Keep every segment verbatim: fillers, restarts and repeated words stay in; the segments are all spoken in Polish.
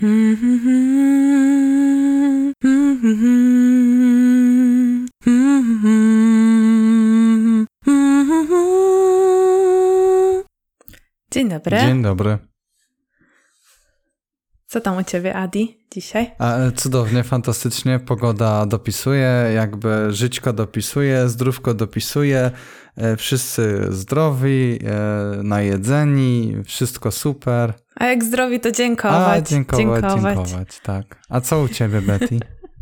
Dzień dobry. Dzień dobry. Co tam u ciebie, Adi, dzisiaj? A, cudownie, fantastycznie. Pogoda dopisuje, jakby żyćko dopisuje, zdrówko dopisuje. E, wszyscy zdrowi, e, najedzeni, wszystko super. A jak zdrowi, to dziękować. A, dziękować, dziękować, dziękować, tak. A co u ciebie, Betty?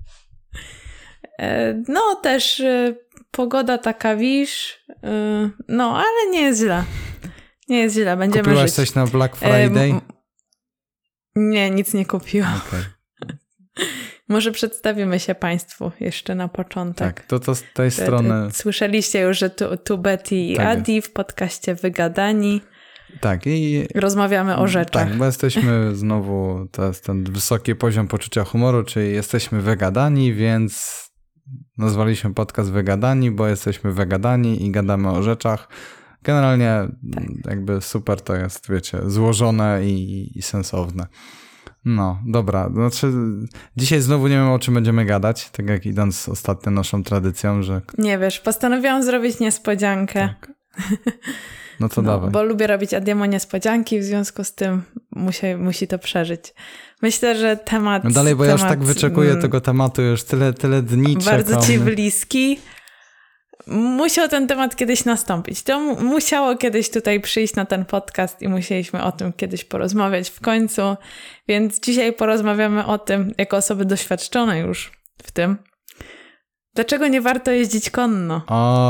e, no też e, pogoda taka, wisz, e, no ale nie jest źle. Nie jest źle, będziemy Kupiłaś żyć. coś na Black Friday? E, m- nie, nic nie kupiłam. Okay. Może przedstawimy się Państwu jeszcze na początek. Tak, to, to z tej strony... Słyszeliście już, że tu, tu Betty i tak Adi jest. w podcaście Wygadani. Tak, i... Rozmawiamy o rzeczach. Tak, bo jesteśmy znowu, to jest ten wysoki poziom poczucia humoru, czyli jesteśmy wygadani, więc nazwaliśmy podcast Wygadani, bo jesteśmy wygadani i gadamy o rzeczach. Generalnie tak. Jakby super to jest, wiecie, złożone i, i sensowne. No, dobra. Znaczy, dzisiaj znowu nie wiem, o czym będziemy gadać, tak jak idąc ostatnio naszą tradycją, że... Nie wiesz, postanowiłam zrobić niespodziankę. Tak. No to no, dawaj. Bo lubię robić Adiemu niespodzianki, w związku z tym musi, musi to przeżyć. Myślę, że temat... No dalej, bo temat, ja już tak wyczekuję mm, tego tematu, już tyle, tyle dni bardzo czekam. ci bliski. Musiał ten temat kiedyś nastąpić. To musiało kiedyś tutaj przyjść na ten podcast i musieliśmy o tym kiedyś porozmawiać w końcu. Więc dzisiaj porozmawiamy o tym, jako osoby doświadczone już w tym, dlaczego nie warto jeździć konno.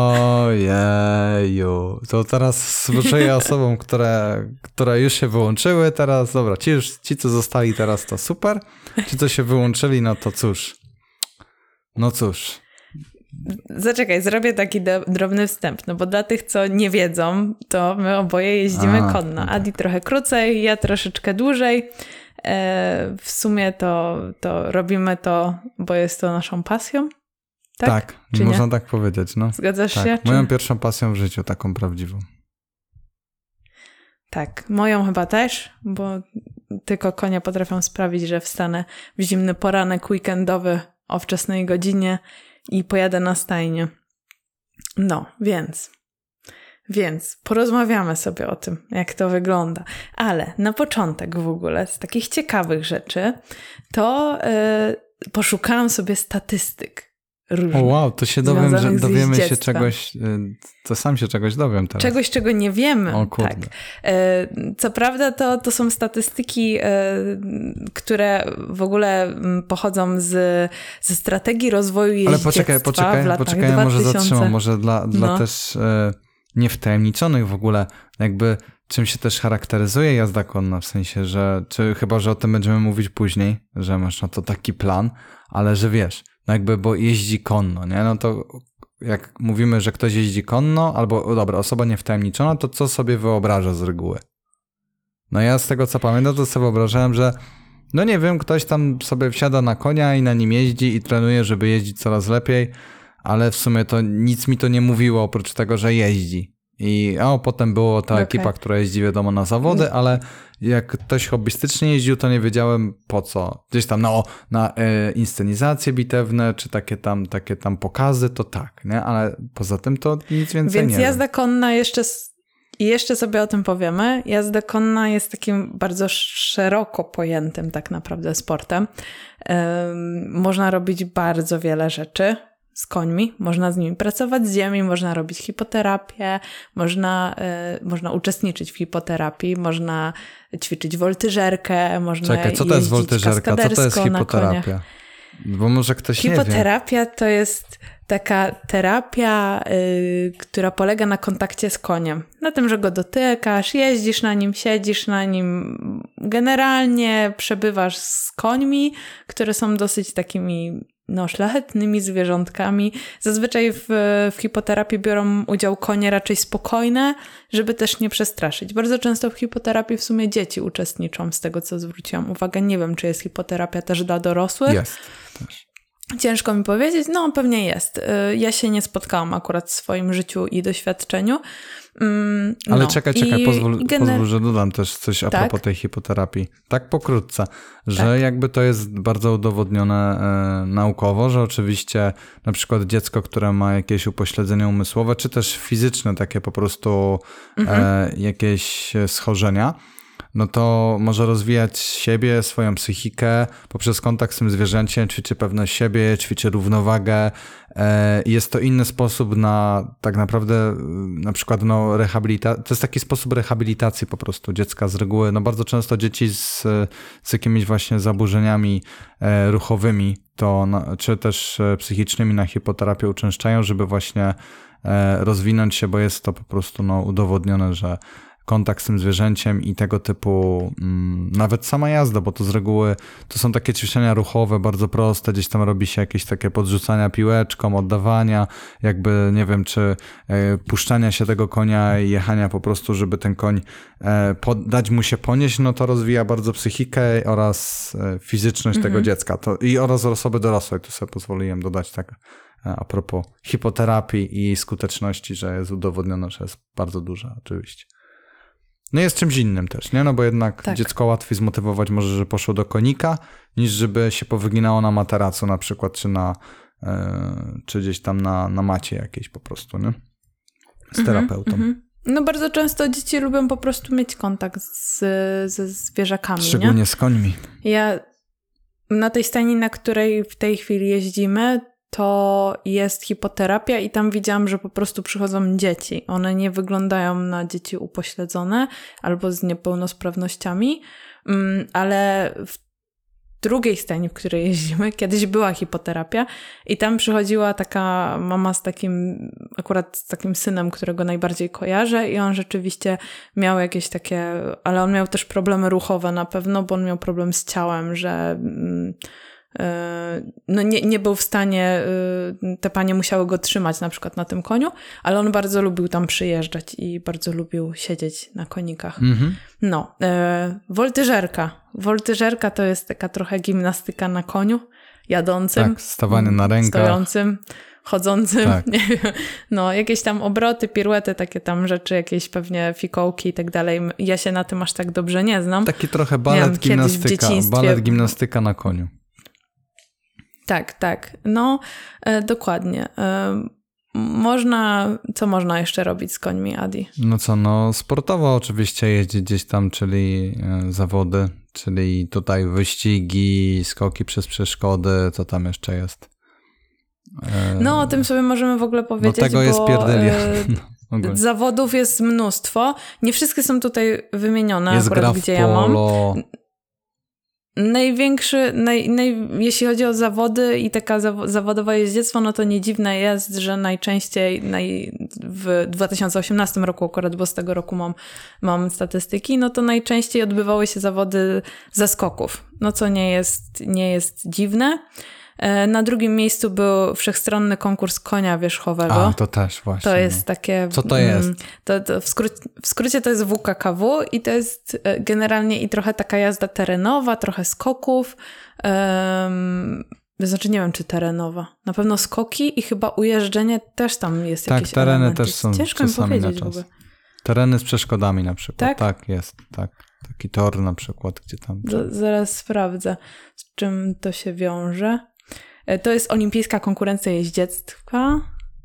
Ojeju. To teraz współczuję osobom, które, które już się wyłączyły. Teraz, dobra, ci, już, ci co zostali teraz to super. Ci co się wyłączyli, no to cóż. No cóż. Zaczekaj, zrobię taki do, drobny wstęp, no bo dla tych, co nie wiedzą, to my oboje jeździmy A, konno. No Adi tak. trochę krócej, ja troszeczkę dłużej. E, w sumie to, to robimy to, bo jest to naszą pasją. Tak, tak czy można nie? tak powiedzieć. No. Zgadzasz tak, się? Moją czy... pierwszą pasją w życiu, taką prawdziwą. Tak, moją chyba też, bo tylko konie potrafią sprawić, że wstanę w zimny poranek weekendowy o wczesnej godzinie i pojadę na stajnię. No, więc, więc porozmawiamy sobie o tym, jak to wygląda. Ale na początek w ogóle z takich ciekawych rzeczy to yy, poszukałam sobie statystyk różnych. O wow, to się dowiem, że dowiemy się czegoś, to sam się czegoś dowiem teraz. Czegoś, czego nie wiemy. O kurde. Tak. Co prawda to, to są statystyki, które w ogóle pochodzą z, ze strategii rozwoju jeździectwa. Ale poczekaj, poczekaj, w latach poczekaj, ja może dwa tysiące zatrzymam, może dla, dla no. też e, niewtajemniczonych w ogóle, jakby czym się też charakteryzuje jazda konna, w sensie, że czy chyba, że o tym będziemy mówić później, że masz na to taki plan, ale że wiesz, no jakby, bo jeździ konno, nie? No to jak mówimy, że ktoś jeździ konno, albo o dobra, osoba niewtajemniczona, to co sobie wyobraża z reguły? No ja z tego co pamiętam, to sobie wyobrażałem, że no nie wiem, ktoś tam sobie wsiada na konia i na nim jeździ i trenuje, żeby jeździć coraz lepiej, ale w sumie to nic mi to nie mówiło, oprócz tego, że jeździ. I a potem było ta okay. ekipa, która jeździ wiadomo na zawody, ale jak ktoś hobbystycznie jeździł, to nie wiedziałem po co. Gdzieś tam no, na e, inscenizacje bitewne, czy takie tam, takie tam pokazy, to tak, nie? Ale poza tym to nic więcej Więc nie Więc jazda wiem. konna jeszcze... I jeszcze sobie o tym powiemy. Jazda konna jest takim bardzo szeroko pojętym tak naprawdę sportem. Um, można robić bardzo wiele rzeczy z końmi, można z nimi pracować z ziemi, można robić hipoterapię, można, y, można uczestniczyć w hipoterapii, można ćwiczyć woltyżerkę, można Czekaj, co to jest woltyżerka? Co to jest hipoterapia? Bo może ktoś nie wie. Hipoterapia to jest taka terapia, y, która polega na kontakcie z koniem. Na tym, że go dotykasz, jeździsz na nim, siedzisz na nim. Generalnie przebywasz z końmi, które są dosyć takimi no, szlachetnymi zwierzątkami. Zazwyczaj w, w hipoterapii biorą udział konie raczej spokojne, żeby też nie przestraszyć. Bardzo często w hipoterapii w sumie dzieci uczestniczą, z tego co zwróciłam uwagę. Nie wiem, czy jest hipoterapia też dla dorosłych. Jest też. ciężko mi powiedzieć, no pewnie jest. Ja się nie spotkałam akurat w swoim życiu i doświadczeniu. No. Ale czekaj, czekaj, I, pozwól, i gener- pozwól, że dodam też coś a tak? propos tej hipoterapii. Tak pokrótce, że tak. jakby to jest bardzo udowodnione e, naukowo, że oczywiście na przykład dziecko, które ma jakieś upośledzenie umysłowe, czy też fizyczne takie po prostu mhm. e, jakieś schorzenia, no to może rozwijać siebie, swoją psychikę poprzez kontakt z tym zwierzęciem, ćwiczy pewność siebie, ćwiczy równowagę. Jest to inny sposób na tak naprawdę na przykład no, rehabilitacji. To jest taki sposób rehabilitacji po prostu dziecka z reguły. No bardzo często dzieci z, z jakimiś właśnie zaburzeniami ruchowymi, to na, czy też psychicznymi na hipoterapię uczęszczają, żeby właśnie rozwinąć się, bo jest to po prostu no, udowodnione, że kontakt z tym zwierzęciem i tego typu, mm, nawet sama jazda, bo to z reguły to są takie ćwiczenia ruchowe, bardzo proste, gdzieś tam robi się jakieś takie podrzucania piłeczką, oddawania, jakby nie wiem, czy e, puszczania się tego konia i jechania po prostu, żeby ten koń e, pod, dać mu się ponieść, no to rozwija bardzo psychikę oraz e, fizyczność mhm. tego dziecka to, i oraz osoby dorosłej, tu sobie pozwoliłem dodać tak e, a propos hipoterapii i skuteczności, że jest udowodnione, że jest bardzo duża oczywiście. No jest czymś innym też, nie? No bo jednak tak. dziecko łatwiej zmotywować może, że poszło do konika, niż żeby się powyginało na materacu na przykład, czy na yy, czy gdzieś tam na, na macie jakiejś po prostu, nie? Z terapeutą. Mm-hmm. No bardzo często dzieci lubią po prostu mieć kontakt z, ze zwierzakami, szczególnie nie? z końmi. Ja na tej stajni, na której w tej chwili jeździmy, to jest hipoterapia i tam widziałam, że po prostu przychodzą dzieci. One nie wyglądają na dzieci upośledzone albo z niepełnosprawnościami, ale w drugiej stajni, w której jeździmy, kiedyś była hipoterapia i tam przychodziła taka mama z takim, akurat z takim synem, którego najbardziej kojarzę i on rzeczywiście miał jakieś takie, ale on miał też problemy ruchowe na pewno, bo on miał problem z ciałem, że no nie, nie był w stanie, te panie musiały go trzymać na przykład na tym koniu, ale on bardzo lubił tam przyjeżdżać i bardzo lubił siedzieć na konikach. Mm-hmm. No, e, woltyżerka. Woltyżerka to jest taka trochę gimnastyka na koniu, jadącym. Tak, stawanie na rękach. Stojącym, chodzącym, tak. nie wiem. No, jakieś tam obroty, piruety, takie tam rzeczy, jakieś pewnie fikołki i tak dalej. Ja się na tym aż tak dobrze nie znam. Taki trochę balet wiem, gimnastyka, balet gimnastyka na koniu. Tak, tak. No, e, dokładnie. E, można, co można jeszcze robić z końmi, Adi? No co, no sportowo oczywiście jeździć gdzieś tam, czyli e, zawody, czyli tutaj wyścigi, skoki przez przeszkody, co tam jeszcze jest? E, no o tym sobie możemy w ogóle powiedzieć, do tego bo jest pierdylia. No, zawodów jest mnóstwo. Nie wszystkie są tutaj wymienione, jest akurat gra gdzie w ja mam. polo. Największy, naj, naj, jeśli chodzi o zawody i taka zaw- zawodowe jeździectwo, no to nie dziwne jest, że najczęściej naj, w dwa tysiące osiemnastym roku, akurat bo z tego roku mam, mam statystyki, no to najczęściej odbywały się zawody ze skoków, no co nie jest, nie jest dziwne. Na drugim miejscu był wszechstronny konkurs konia wierzchowego. A, to też właśnie. To jest takie... Co to jest? To, to w, skrócie, w skrócie to jest W K K W i to jest generalnie i trochę taka jazda terenowa, trochę skoków. Um, znaczy nie wiem, czy terenowa. Na pewno skoki i chyba ujeżdżenie też tam jest tak, jakieś tereny elementy. też są ciężko mi czasami powiedzieć na czas. w ogóle. Tereny z przeszkodami na przykład. Tak? Tak, jest. Tak. Taki tor na przykład, gdzie tam... Z, zaraz sprawdzę, z czym to się wiąże. To jest olimpijska konkurencja jeździectwa.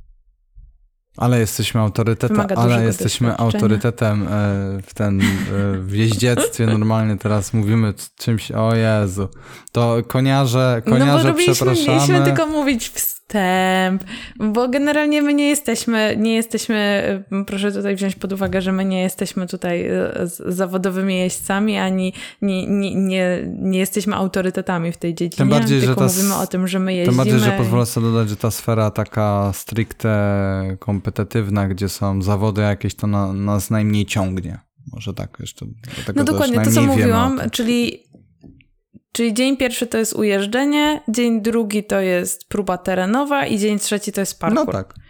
Ale jesteśmy autorytetem, ale jesteśmy autorytetem w ten w jeździectwie. Normalnie teraz mówimy czymś, o Jezu. To koniarze, koniarze, no bo robiliśmy, przepraszamy. Mieliśmy tylko mówić wstęp, bo generalnie my nie jesteśmy, nie jesteśmy, proszę tutaj wziąć pod uwagę, że my nie jesteśmy tutaj zawodowymi jeźdźcami, ani nie, nie, nie, nie jesteśmy autorytetami w tej dziedzinie. Tym bardziej, tylko że ta, mówimy o tym, że my jeździmy. Tym bardziej, że pozwolę sobie dodać, że ta sfera taka stricte kompetytywna, gdzie są zawody jakieś, to na, nas najmniej ciągnie. Może tak jeszcze. Dlatego no dokładnie, to co mówiłam, czyli Czyli dzień pierwszy to jest ujeżdżenie, dzień drugi to jest próba terenowa i dzień trzeci to jest parkour. No tak.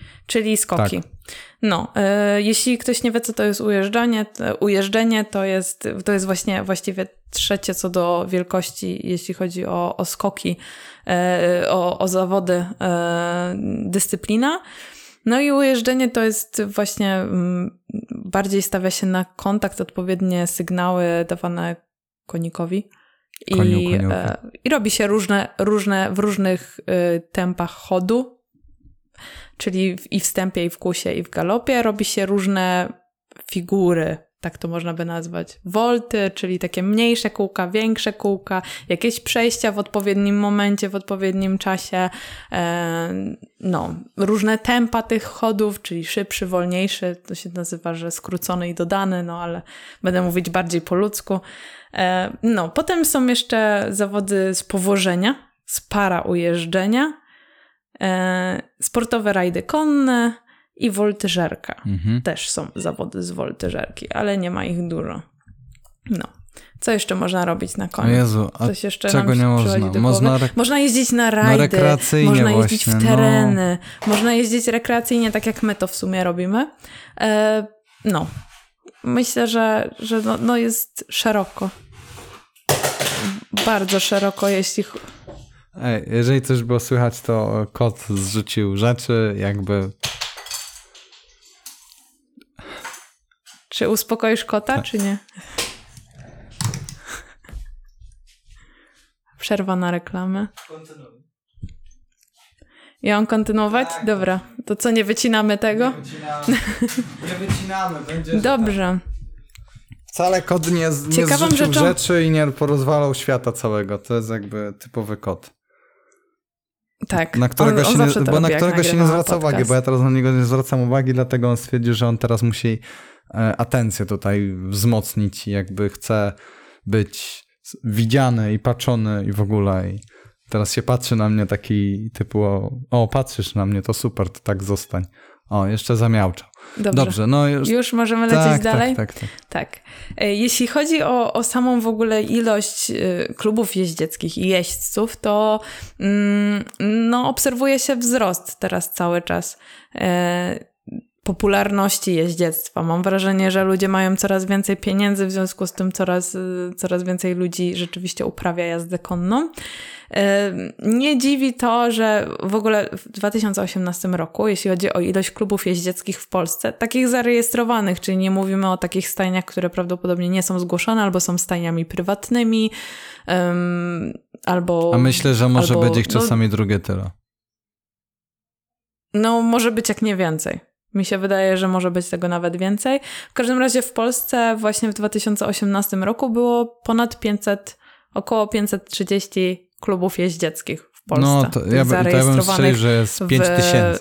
czyli skoki. Tak. No, y, jeśli ktoś nie wie, co to jest ujeżdżanie, to, ujeżdżenie, to jest, to jest właśnie właściwie trzecie co do wielkości, jeśli chodzi o, o skoki, y, o, o zawody, y, dyscyplina. No i ujeżdżenie to jest właśnie, mm, bardziej stawia się na kontakt, odpowiednie sygnały dawane konikowi. Koniu, I, e, I robi się różne, różne w różnych y, tempach chodu, czyli w, i w wstępie, i w kusie, i w galopie. Robi się różne figury, tak to można by nazwać. Wolty, czyli takie mniejsze kółka, większe kółka, jakieś przejścia w odpowiednim momencie, w odpowiednim czasie. E, no, różne tempa tych chodów, czyli szybszy, wolniejszy. To się nazywa, że skrócony i dodany, no ale będę mówić bardziej po ludzku. E, no, potem są jeszcze zawody z powożenia, z para ujeżdżenia, e, sportowe rajdy konne i woltyżerka. Mhm. Też są zawody z woltyżerki, ale nie ma ich dużo. No. Co jeszcze można robić na koniu? O Jezu, a Coś jeszcze czego nie można? Można, re... można jeździć na rajdy, no można jeździć właśnie, w tereny, no. Można jeździć rekreacyjnie, tak jak my to w sumie robimy. E, no. Myślę, że, że no, no jest szeroko. Bardzo szeroko, jeśli... Ej, jeżeli coś było słychać, to kot zrzucił rzeczy, jakby... Czy uspokoisz kota, czy nie? Przerwa na reklamę. Kontynuuj. Ja mam kontynuować? Tak. Dobra. To co, nie wycinamy tego? Nie wycinamy. Nie wycinamy. Będzie, dobrze. Wcale kot nie, nie zrzucił rzeczą... rzeczy i nie porozwalał świata całego. To jest jakby typowy kot. Tak. Na którego on, się on nie, bo na którego się nie zwraca podcast. uwagi, bo ja teraz na niego nie zwracam uwagi, dlatego on stwierdził, że on teraz musi e, atencję tutaj wzmocnić i jakby chce być widziany i patrzony i w ogóle. I teraz się patrzy na mnie taki typu, o, o patrzysz na mnie, to super, to tak zostań. O, jeszcze zamiałczał. Dobrze, Dobrze no już... już możemy lecieć tak, dalej? Tak, tak, tak. tak. Jeśli chodzi o, o samą w ogóle ilość klubów jeździeckich i jeźdźców, to mm, no, obserwuje się wzrost teraz cały czas e, popularności jeździectwa. Mam wrażenie, że ludzie mają coraz więcej pieniędzy, w związku z tym coraz, coraz więcej ludzi rzeczywiście uprawia jazdę konną. Nie dziwi to, że w ogóle w dwa tysiące osiemnastym roku, jeśli chodzi o ilość klubów jeździeckich w Polsce, takich zarejestrowanych, czyli nie mówimy o takich stajniach, które prawdopodobnie nie są zgłoszone, albo są stajniami prywatnymi, um, albo... A myślę, że może albo, będzie ich czasami no, drugie tyle. No, może być jak nie więcej. Mi się wydaje, że może być tego nawet więcej. W każdym razie w Polsce właśnie w dwa tysiące osiemnastym roku było ponad pięćset, około pięćset trzydzieści klubów jeździeckich w Polsce. No, to ja, by, to ja bym strzelił, że jest pięć tysięcy.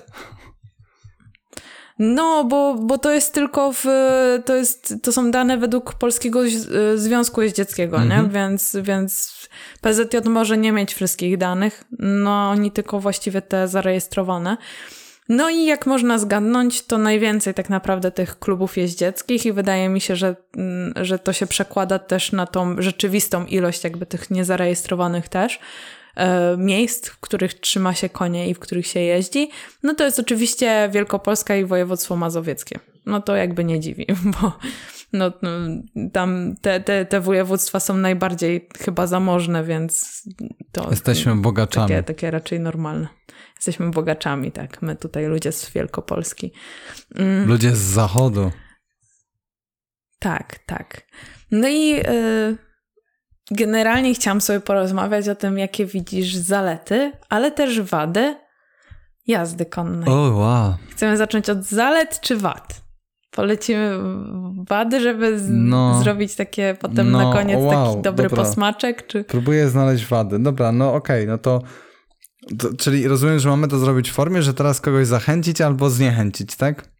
No, bo, bo to jest tylko w... To, jest, to są dane według Polskiego Związku Jeździeckiego, mm-hmm. nie? Więc, więc P Z J może nie mieć wszystkich danych. No, oni tylko właściwie te zarejestrowane. No i jak można zgadnąć, to najwięcej tak naprawdę tych klubów jeździeckich i wydaje mi się, że, że to się przekłada też na tą rzeczywistą ilość jakby tych niezarejestrowanych też e, miejsc, w których trzyma się konie i w których się jeździ. No to jest oczywiście Wielkopolska i województwo mazowieckie. No to jakby nie dziwi, bo no, no, tam te, te, te województwa są najbardziej chyba zamożne, więc to... Jesteśmy bogaczami. Takie, takie raczej normalne. Jesteśmy bogaczami, tak. My tutaj ludzie z Wielkopolski. Mm. Ludzie z zachodu. Tak, tak. No i y, generalnie chciałam sobie porozmawiać o tym, jakie widzisz zalety, ale też wady jazdy konnej. O, oh, wow. Chcemy zacząć od zalet czy wad? Polecimy wady, żeby z- no, zrobić takie potem no, na koniec wow, taki dobry dobra. posmaczek? Czy... Próbuję znaleźć wady. Dobra, no okej, okay, no to, to czyli rozumiem, że mamy to zrobić w formie, że teraz kogoś zachęcić albo zniechęcić, tak?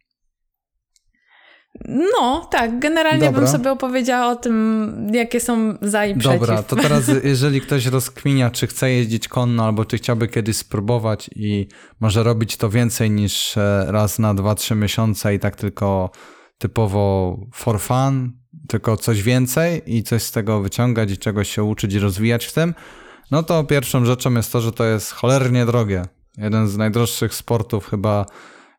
No, tak. Generalnie Dobra. bym sobie opowiedziała o tym, jakie są za i przeciw. Dobra, to teraz jeżeli ktoś rozkminia, czy chce jeździć konno, albo czy chciałby kiedyś spróbować i może robić to więcej niż raz na dwa, trzy miesiące i tak tylko typowo for fun, tylko coś więcej i coś z tego wyciągać i czegoś się uczyć i rozwijać w tym, no to pierwszą rzeczą jest to, że to jest cholernie drogie. Jeden z najdroższych sportów chyba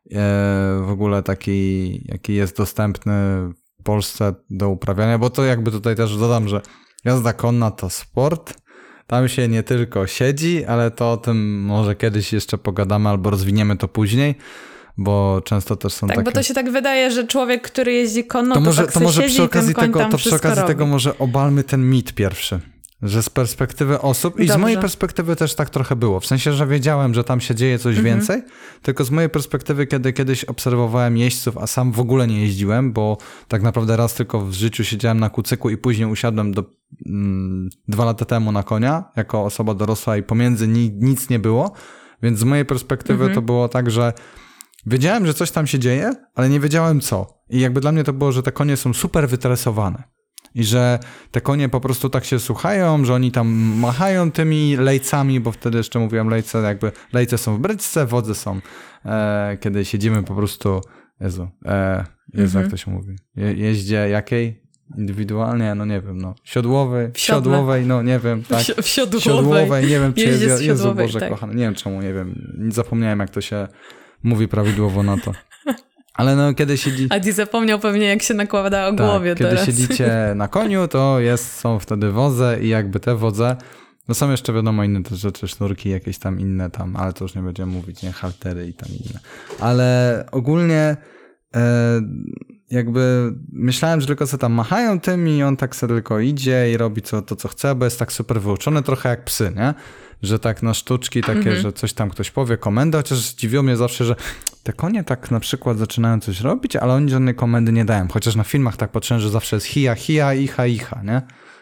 w ogóle taki, jaki jest dostępny w Polsce do uprawiania, bo to jakby tutaj też dodam, że jazda konna to sport, tam się nie tylko siedzi, ale to o tym może kiedyś jeszcze pogadamy albo rozwiniemy to później, bo często też są tak, takie... Tak, bo to się tak wydaje, że człowiek, który jeździ konno, to, to może, tak to może siedzi przy okazji tego, tam to przy okazji robi. tego może obalmy ten mit pierwszy. Że z perspektywy osób i Dobrze. z mojej perspektywy też tak trochę było. W sensie, że wiedziałem, że tam się dzieje coś mhm. więcej, tylko z mojej perspektywy, kiedy kiedyś obserwowałem jeźdźców, a sam w ogóle nie jeździłem, bo tak naprawdę raz tylko w życiu siedziałem na kucyku i później usiadłem do, mm, dwa lata temu na konia, jako osoba dorosła i pomiędzy ni, nic nie było, więc z mojej perspektywy mhm. to było tak, że wiedziałem, że coś tam się dzieje, ale nie wiedziałem co. I jakby dla mnie to było, że te konie są super wytresowane. I że te konie po prostu tak się słuchają, że oni tam machają tymi lejcami, bo wtedy jeszcze mówiłem lejce, jakby lejce są w bryczce, wodze są, e, kiedy siedzimy po prostu, Jezu, e, Jezu, mm-hmm. jak to się mówi, Je, jeździe jakiej? Indywidualnie? No nie wiem, no. Siodłowej, w siodłowej, no nie wiem, tak. W siodłowej. Siodłowej, nie wiem, czy jest, Jezu siodłowej, Boże tak. kochany, nie wiem czemu, nie wiem, zapomniałem jak to się mówi prawidłowo na to. Ale no, kiedy siedzi... Adi zapomniał pewnie, jak się nakłada o tak, głowie kiedy teraz. siedzicie na koniu, to jest, są wtedy wodze i jakby te wodze, no są jeszcze wiadomo inne też rzeczy, sznurki, jakieś tam inne tam, ale to już nie będziemy mówić, nie, haltery i tam inne. Ale ogólnie e, jakby myślałem, że tylko co tam machają tym i on tak sobie tylko idzie i robi co, to, co chce, bo jest tak super wyuczony, trochę jak psy, nie? Że tak na sztuczki takie, mhm. że coś tam ktoś powie, komendę, chociaż zdziwiło mnie zawsze, że te konie tak na przykład zaczynają coś robić, ale oni żadnej komendy nie dają. Chociaż na filmach tak patrzyłem, że zawsze jest hija, hija, icha, icha, nie?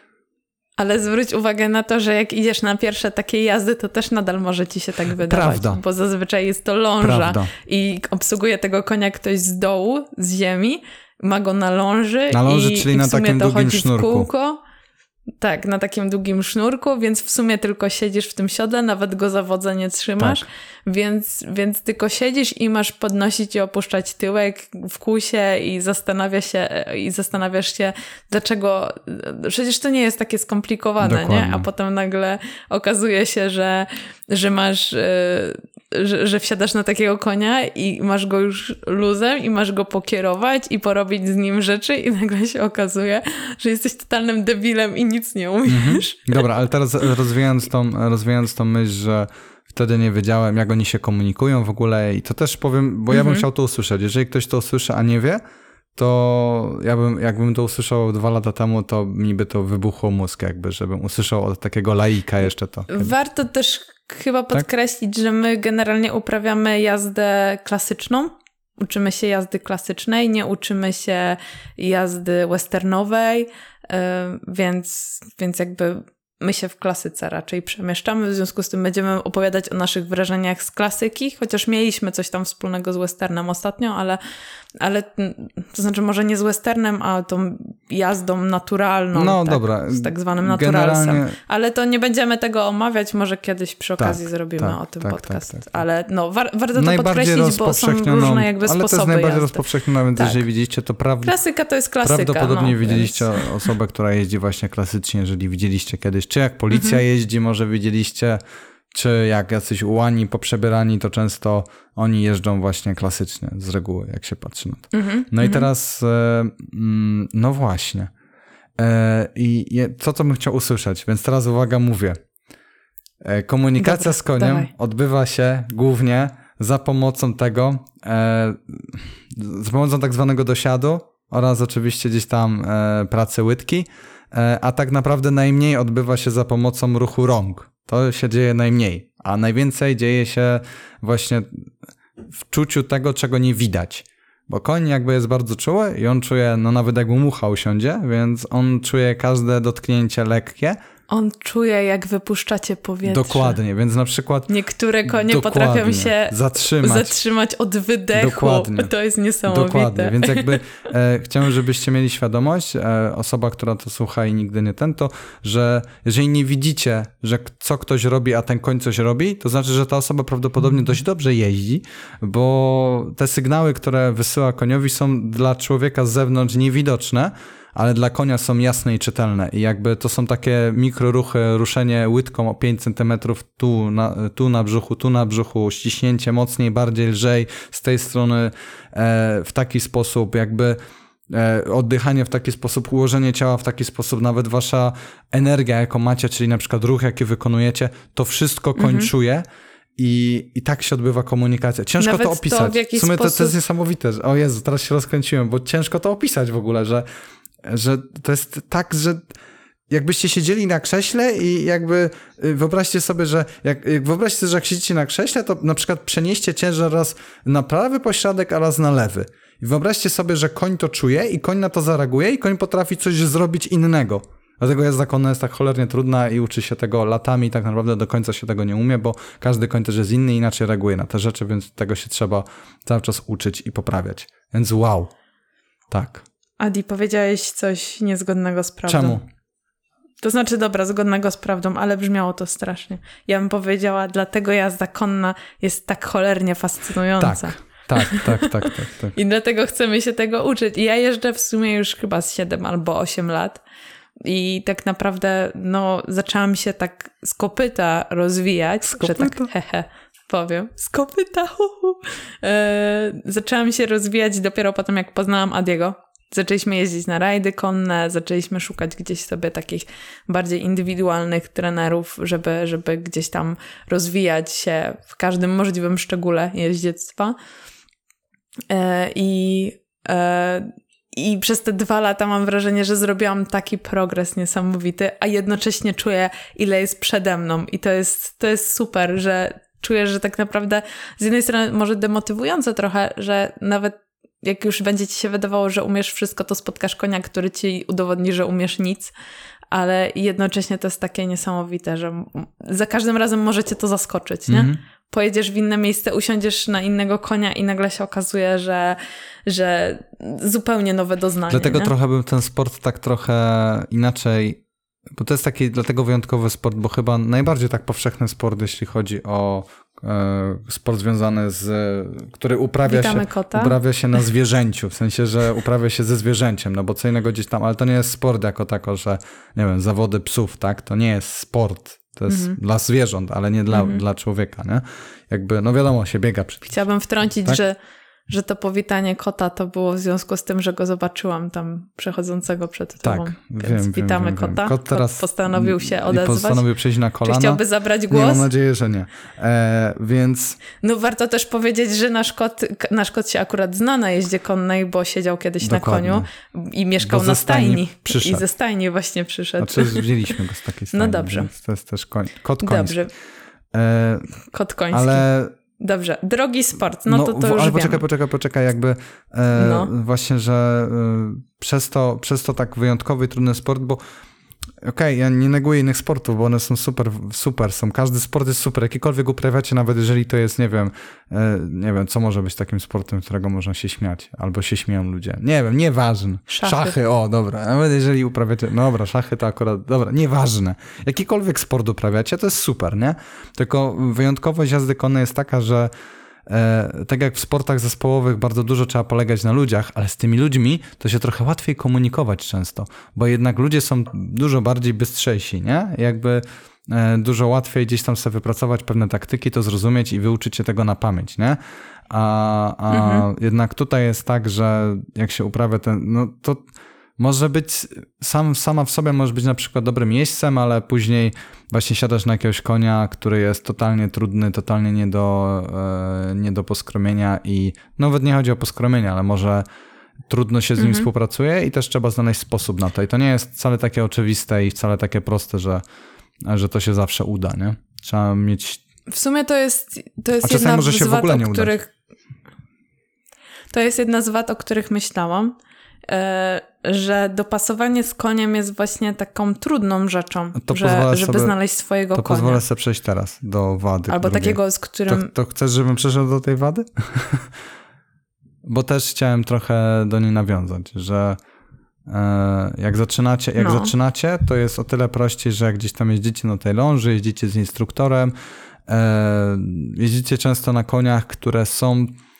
Ale zwróć uwagę na to, że jak idziesz na pierwsze takie jazdy, to też nadal może ci się tak wydawać. Prawda. Bo zazwyczaj jest to ląża Prawda. i obsługuje tego konia ktoś z dołu, z ziemi, ma go na ląży. Na ląży, i, czyli i w na sumie takim to długim chodzi sznurku. W kółko. Tak, na takim długim sznurku, więc w sumie tylko siedzisz w tym siodle, nawet go za wodza nie trzymasz, tak. więc, więc tylko siedzisz i masz podnosić i opuszczać tyłek w kłusie i zastanawia się, i zastanawiasz się, dlaczego, przecież to nie jest takie skomplikowane, Dokładnie. nie? A potem nagle okazuje się, że, że masz, yy, że, że wsiadasz na takiego konia i masz go już luzem i masz go pokierować i porobić z nim rzeczy i nagle się okazuje, że jesteś totalnym debilem i nic nie umiesz. Mhm. Dobra, ale teraz rozwijając tą, rozwijając tą myśl, że wtedy nie wiedziałem, jak oni się komunikują w ogóle i to też powiem, bo ja bym chciał to usłyszeć. Jeżeli ktoś to usłyszy, a nie wie, to ja bym, jakbym to usłyszał dwa lata temu, to mi by to wybuchło mózg jakby, żebym usłyszał od takiego laika jeszcze to. Warto też chyba podkreślić, tak? że my generalnie uprawiamy jazdę klasyczną. Uczymy się jazdy klasycznej, nie uczymy się jazdy westernowej, więc, więc jakby my się w klasyce raczej przemieszczamy, w związku z tym będziemy opowiadać o naszych wrażeniach z klasyki, chociaż mieliśmy coś tam wspólnego z westernem ostatnio, ale, ale to znaczy może nie z westernem, a tą jazdą naturalną, no, tak, dobra. z tak zwanym naturalsem. Generalnie... Ale to nie będziemy tego omawiać, może kiedyś przy okazji tak, zrobimy tak, o tym tak, podcast. Tak, tak, tak. Ale no, war, warto to podkreślić, bo są różne jakby ale sposoby Ale to jest najbardziej jazdy. rozpowszechnione, więc tak. jeżeli widzieliście, to prawda. Klasyka to jest klasyka. Prawdopodobnie no, widzieliście więc... osobę, która jeździ właśnie klasycznie, jeżeli widzieliście kiedyś, czy jak policja mhm. jeździ, może widzieliście, czy jak jacyś ułani poprzebierani, to często oni jeżdżą właśnie klasycznie z reguły, jak się patrzy na to. Mm-hmm, no mm-hmm. i teraz, e, no właśnie. E, I to, co bym chciał usłyszeć, więc teraz uwaga, mówię. E, komunikacja Dobra, z koniem dawaj. odbywa się głównie za pomocą tego, e, za pomocą tak zwanego dosiadu oraz oczywiście gdzieś tam e, pracy łydki, e, a tak naprawdę najmniej odbywa się za pomocą ruchu rąk. To się dzieje najmniej, a najwięcej dzieje się właśnie w czuciu tego, czego nie widać. Bo koń jakby jest bardzo czuły i on czuje, no nawet jak mu mucha usiądzie, więc on czuje każde dotknięcie lekkie. On czuje, jak wypuszczacie powietrze. Dokładnie, więc na przykład... Niektóre konie potrafią się zatrzymać. zatrzymać od wydechu. Dokładnie. To jest niesamowite. Dokładnie, więc jakby e, chciałem, żebyście mieli świadomość, e, osoba, która to słucha i nigdy nie ten, to, że jeżeli nie widzicie, że co ktoś robi, a ten koń coś robi, to znaczy, że ta osoba prawdopodobnie dość dobrze jeździ, bo te sygnały, które wysyła koniowi, są dla człowieka z zewnątrz niewidoczne, ale dla konia są jasne i czytelne i jakby to są takie mikroruchy, ruszenie łydką o pięć centymetrów tu na, tu na brzuchu, tu na brzuchu, ściśnięcie mocniej, bardziej, lżej, z tej strony e, w taki sposób, jakby e, oddychanie w taki sposób, ułożenie ciała w taki sposób, nawet wasza energia, jaką macie, czyli na przykład ruch, jaki wykonujecie, to wszystko koń mhm. czuje. I, I tak się odbywa komunikacja. Ciężko Nawet to opisać. To w, w sumie sposób... to, to jest niesamowite. Że, o Jezu, teraz się rozkręciłem, bo ciężko to opisać w ogóle, że, że to jest tak, że jakbyście siedzieli na krześle i jakby wyobraźcie sobie, że jak, jak wyobraźcie sobie, że jak siedzicie na krześle, to na przykład przenieście ciężar raz na prawy pośladek, a raz na lewy. I wyobraźcie sobie, że koń to czuje i koń na to zareaguje i koń potrafi coś zrobić innego. Dlatego jazda konna jest tak cholernie trudna i uczy się tego latami i tak naprawdę do końca się tego nie umie, bo każdy koń też jest inny i inaczej reaguje na te rzeczy, więc tego się trzeba cały czas uczyć i poprawiać. Więc wow. Tak. Adi, powiedziałeś coś niezgodnego z prawdą. Czemu? To znaczy, dobra, zgodnego z prawdą, ale brzmiało to strasznie. Ja bym powiedziała, dlatego jazda konna jest tak cholernie fascynująca. Tak. Tak, tak, tak, tak, tak. I dlatego chcemy się tego uczyć. I ja jeżdżę w sumie już chyba z siedem albo osiem lat. I tak naprawdę, no, zaczęłam się tak z kopyta rozwijać, z kopyta. Że tak, hehe, powiem, z kopyta, hu, hu. E, zaczęłam się rozwijać dopiero potem, jak poznałam Adiego. Zaczęliśmy jeździć na rajdy konne, zaczęliśmy szukać gdzieś sobie takich bardziej indywidualnych trenerów, żeby, żeby gdzieś tam rozwijać się w każdym możliwym szczególe jeździectwa. E, I... E, I przez te dwa lata mam wrażenie, że zrobiłam taki progres niesamowity, a jednocześnie czuję, ile jest przede mną. I to jest, to jest super, że czuję, że tak naprawdę z jednej strony może demotywujące trochę, że nawet jak już będzie ci się wydawało, że umiesz wszystko, to spotkasz konia, który ci udowodni, że umiesz nic. Ale jednocześnie to jest takie niesamowite, że za każdym razem możecie to zaskoczyć, nie? Mm-hmm. Pojedziesz w inne miejsce, usiądziesz na innego konia i nagle się okazuje, że, że zupełnie nowe doznanie. Dlatego nie? trochę bym ten sport tak trochę inaczej, bo to jest taki dlatego wyjątkowy sport, bo chyba najbardziej tak powszechny sport, jeśli chodzi o e, sport związany z, który uprawia się, uprawia się na zwierzęciu, w sensie, że uprawia się ze zwierzęciem, no bo co innego gdzieś tam, ale to nie jest sport jako tako, że nie wiem, zawody psów, tak? To nie jest sport. To jest mm-hmm. dla zwierząt, ale nie dla, mm-hmm. dla człowieka, nie? Jakby, no wiadomo, się biega przed. Chciałabym wtrącić, tak? że, że to powitanie kota to było w związku z tym, że go zobaczyłam tam przechodzącego przed tobą. Tak, Więc wiem, witamy wiem, kota. Wiem. Kot teraz Kot postanowił się odezwać. Postanowił przejść na kolana. Czy chciałby zabrać głos? Nie, mam nadzieję, że nie. E, więc... No warto też powiedzieć, że nasz kot, nasz kot się akurat zna na jeździe konnej, bo siedział kiedyś Dokładnie. na koniu i mieszkał bo na stajni. Przyszedł. I ze stajni właśnie przyszedł. Znaczy wzięliśmy go z takiej stajni. No dobrze. To jest też koń. Kot koński. Dobrze. E, kot koński. Ale... Dobrze, drogi sport, no, no to to już ale poczekaj, wiemy. poczekaj, poczekaj, jakby e, no. właśnie, że e, przez, to, przez to tak wyjątkowy i trudny sport, bo okej, okay, ja nie neguję innych sportów, bo one są super, super są, każdy sport jest super, jakikolwiek uprawiacie, nawet jeżeli to jest, nie wiem, e, nie wiem, co może być takim sportem, którego można się śmiać, albo się śmieją ludzie, nie wiem, nieważne. Szachy. Szachy, o, dobra, nawet jeżeli uprawiacie, no dobra, szachy to akurat, dobra, nieważne. Jakikolwiek sport uprawiacie, to jest super, nie? Tylko wyjątkowość jazdy konnej jest taka, że E, tak jak w sportach zespołowych bardzo dużo trzeba polegać na ludziach, ale z tymi ludźmi to się trochę łatwiej komunikować często, bo jednak ludzie są dużo bardziej bystrzejsi, nie? Jakby e, dużo łatwiej gdzieś tam sobie wypracować pewne taktyki, to zrozumieć i wyuczyć się tego na pamięć, nie? A, a mhm. jednak tutaj jest tak, że jak się uprawia ten, no to może być, sam, sama w sobie może być na przykład dobrym jeźdźcem, ale później właśnie siadasz na jakiegoś konia, który jest totalnie trudny, totalnie nie do, e, nie do poskromienia i nawet nie chodzi o poskromienie, ale może trudno się z nim mhm. współpracuje i też trzeba znaleźć sposób na to. I to nie jest wcale takie oczywiste i wcale takie proste, że, że to się zawsze uda, nie? Trzeba mieć... W sumie to jest, to jest jedna może się z w ogóle wad, nie o których... To jest jedna z wad, o których myślałam. Że dopasowanie z koniem jest właśnie taką trudną rzeczą, to że, żeby sobie, znaleźć swojego to konia. To pozwolę sobie przejść teraz do wady. Albo drugiej. Takiego, z którym... To, to chcesz, żebym przeszedł do tej wady? Bo też chciałem trochę do niej nawiązać, że e, jak zaczynacie, jak no. zaczynacie, to jest o tyle prościej, że jak gdzieś tam jeździcie na tej ląży, jeździcie z instruktorem, e, jeździcie często na koniach, które są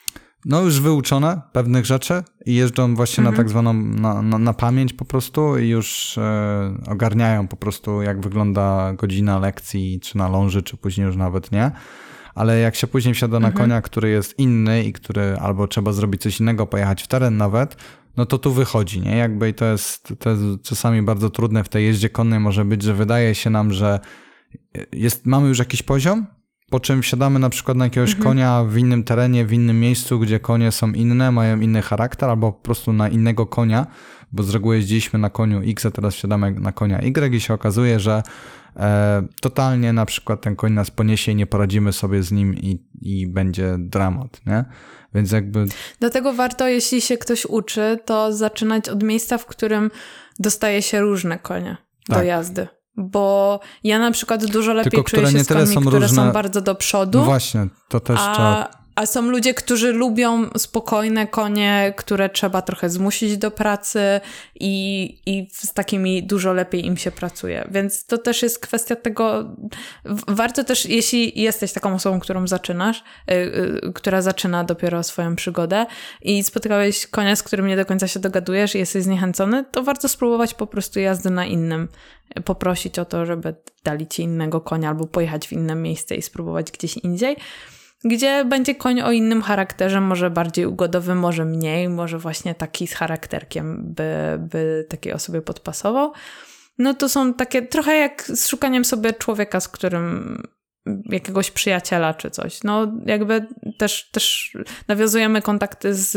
no już wyuczone pewnych rzeczy i jeżdżą właśnie mhm. na tak zwaną, na, na, na pamięć po prostu i już e, ogarniają po prostu jak wygląda godzina lekcji, czy na ląży, czy później już nawet nie. Ale jak się później wsiada na mhm. konia, który jest inny i który albo trzeba zrobić coś innego, pojechać w teren nawet, no to tu wychodzi, nie? Jakby i to jest, to jest czasami bardzo trudne w tej jeździe konnej może być, że wydaje się nam, że jest, mamy już jakiś poziom, po czym wsiadamy na przykład na jakiegoś mhm. konia w innym terenie, w innym miejscu, gdzie konie są inne, mają inny charakter, albo po prostu na innego konia, bo z reguły jeździliśmy na koniu X, a teraz wsiadamy na konia Y i się okazuje, że e, totalnie na przykład ten koń nas poniesie i nie poradzimy sobie z nim i, i będzie dramat, nie? Więc jakby... Dlatego warto, jeśli się ktoś uczy, to zaczynać od miejsca, w którym dostaje się różne konie tak. do jazdy. Bo ja na przykład dużo lepiej Tylko, czuję się z końmi, są które różne... są bardzo do przodu. No właśnie, to też a, trzeba... A są ludzie, którzy lubią spokojne konie, które trzeba trochę zmusić do pracy i, i z takimi dużo lepiej im się pracuje. Więc to też jest kwestia tego... Warto też, jeśli jesteś taką osobą, którą zaczynasz, yy, yy, która zaczyna dopiero swoją przygodę i spotykałeś konia, z którym nie do końca się dogadujesz i jesteś zniechęcony, to warto spróbować po prostu jazdy na innym. Poprosić o to, żeby dali ci innego konia albo pojechać w inne miejsce i spróbować gdzieś indziej, gdzie będzie koń o innym charakterze, może bardziej ugodowy, może mniej, może właśnie taki z charakterkiem, by, by takiej osobie podpasował. No to są takie trochę jak z szukaniem sobie człowieka, z którym jakiegoś przyjaciela czy coś. No jakby też, też nawiązujemy kontakty z,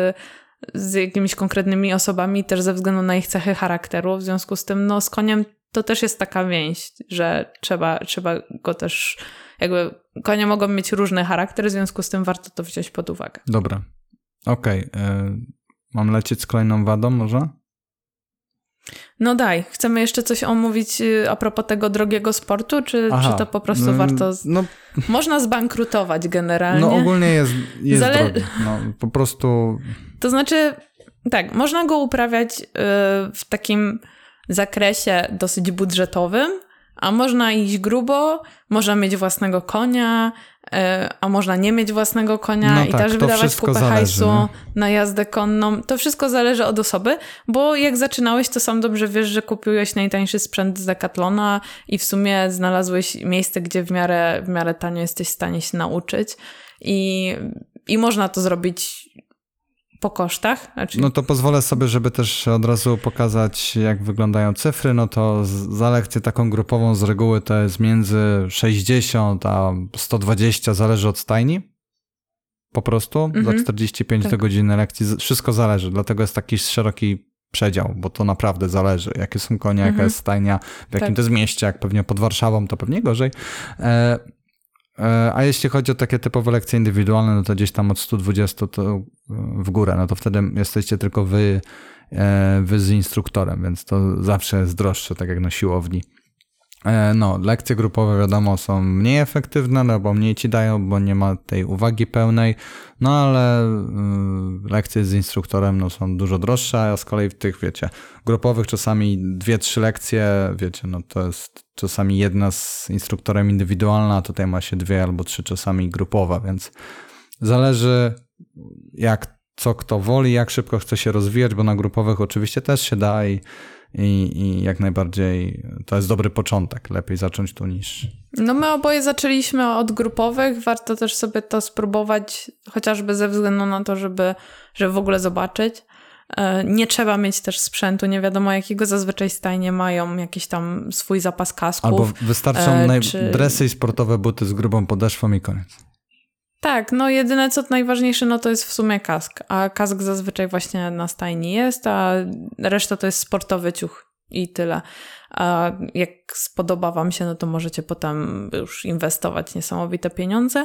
z jakimiś konkretnymi osobami też ze względu na ich cechy charakteru. W związku z tym no z koniem to też jest taka więź, że trzeba, trzeba go też jakby konie mogą mieć różny charakter, w związku z tym warto to wziąć pod uwagę. Dobra. Okej. Okay. Mam lecieć z kolejną wadą może? No daj. Chcemy jeszcze coś omówić a propos tego drogiego sportu, czy, czy to po prostu no, warto... Z... No, można zbankrutować generalnie. No ogólnie jest, jest Zale... drogi. No, po prostu... To znaczy, tak, można go uprawiać yy, w takim zakresie dosyć budżetowym, a można iść grubo, można mieć własnego konia, yy, a można nie mieć własnego konia no i tak, też wydawać kupę zależy, hajsu nie? na jazdę konną. To wszystko zależy od osoby, bo jak zaczynałeś, to sam dobrze wiesz, że kupiłeś najtańszy sprzęt z Decathlona i w sumie znalazłeś miejsce, gdzie w miarę, w miarę tanio jesteś w stanie się nauczyć i, i można to zrobić po kosztach. Znaczy... No to pozwolę sobie, żeby też od razu pokazać, jak wyglądają cyfry. No to za lekcję taką grupową z reguły to jest między sześćdziesiąt a sto dwadzieścia, zależy od stajni. Po prostu mhm. za czterdzieści pięć tak. do godziny lekcji. Wszystko zależy, dlatego jest taki szeroki przedział, bo to naprawdę zależy. Jakie są konie, mhm. jaka jest stajnia, w jakim tak. to jest mieście, jak pewnie pod Warszawą, to pewnie gorzej. E- A jeśli chodzi o takie typowe lekcje indywidualne, no to gdzieś tam od stu dwudziestu to w górę, no to wtedy jesteście tylko wy, wy z instruktorem, więc to zawsze jest droższe, tak jak na siłowni. No, lekcje grupowe wiadomo są mniej efektywne, no bo mniej ci dają, bo nie ma tej uwagi pełnej, no ale y, lekcje z instruktorem no, są dużo droższe, a z kolei w tych, wiecie, grupowych czasami dwie, trzy lekcje, wiecie, no to jest czasami jedna z instruktorem indywidualna, a tutaj ma się dwie albo trzy czasami grupowe, więc zależy jak co kto woli, jak szybko chce się rozwijać, bo na grupowych oczywiście też się da i I, I jak najbardziej to jest dobry początek. Lepiej zacząć tu niż... No my oboje zaczęliśmy od grupowych. Warto też sobie to spróbować, chociażby ze względu na to, żeby, żeby w ogóle zobaczyć. Nie trzeba mieć też sprzętu, nie wiadomo jakiego. Zazwyczaj stajnie mają jakiś tam swój zapas kasków. Albo wystarczą e, czy... dresy i sportowe buty z grubą podeszwą i koniec. Tak, no jedyne co najważniejsze, no to jest w sumie kask, a kask zazwyczaj właśnie na stajni jest, a reszta to jest sportowy ciuch i tyle. A jak spodoba wam się, no to możecie potem już inwestować niesamowite pieniądze.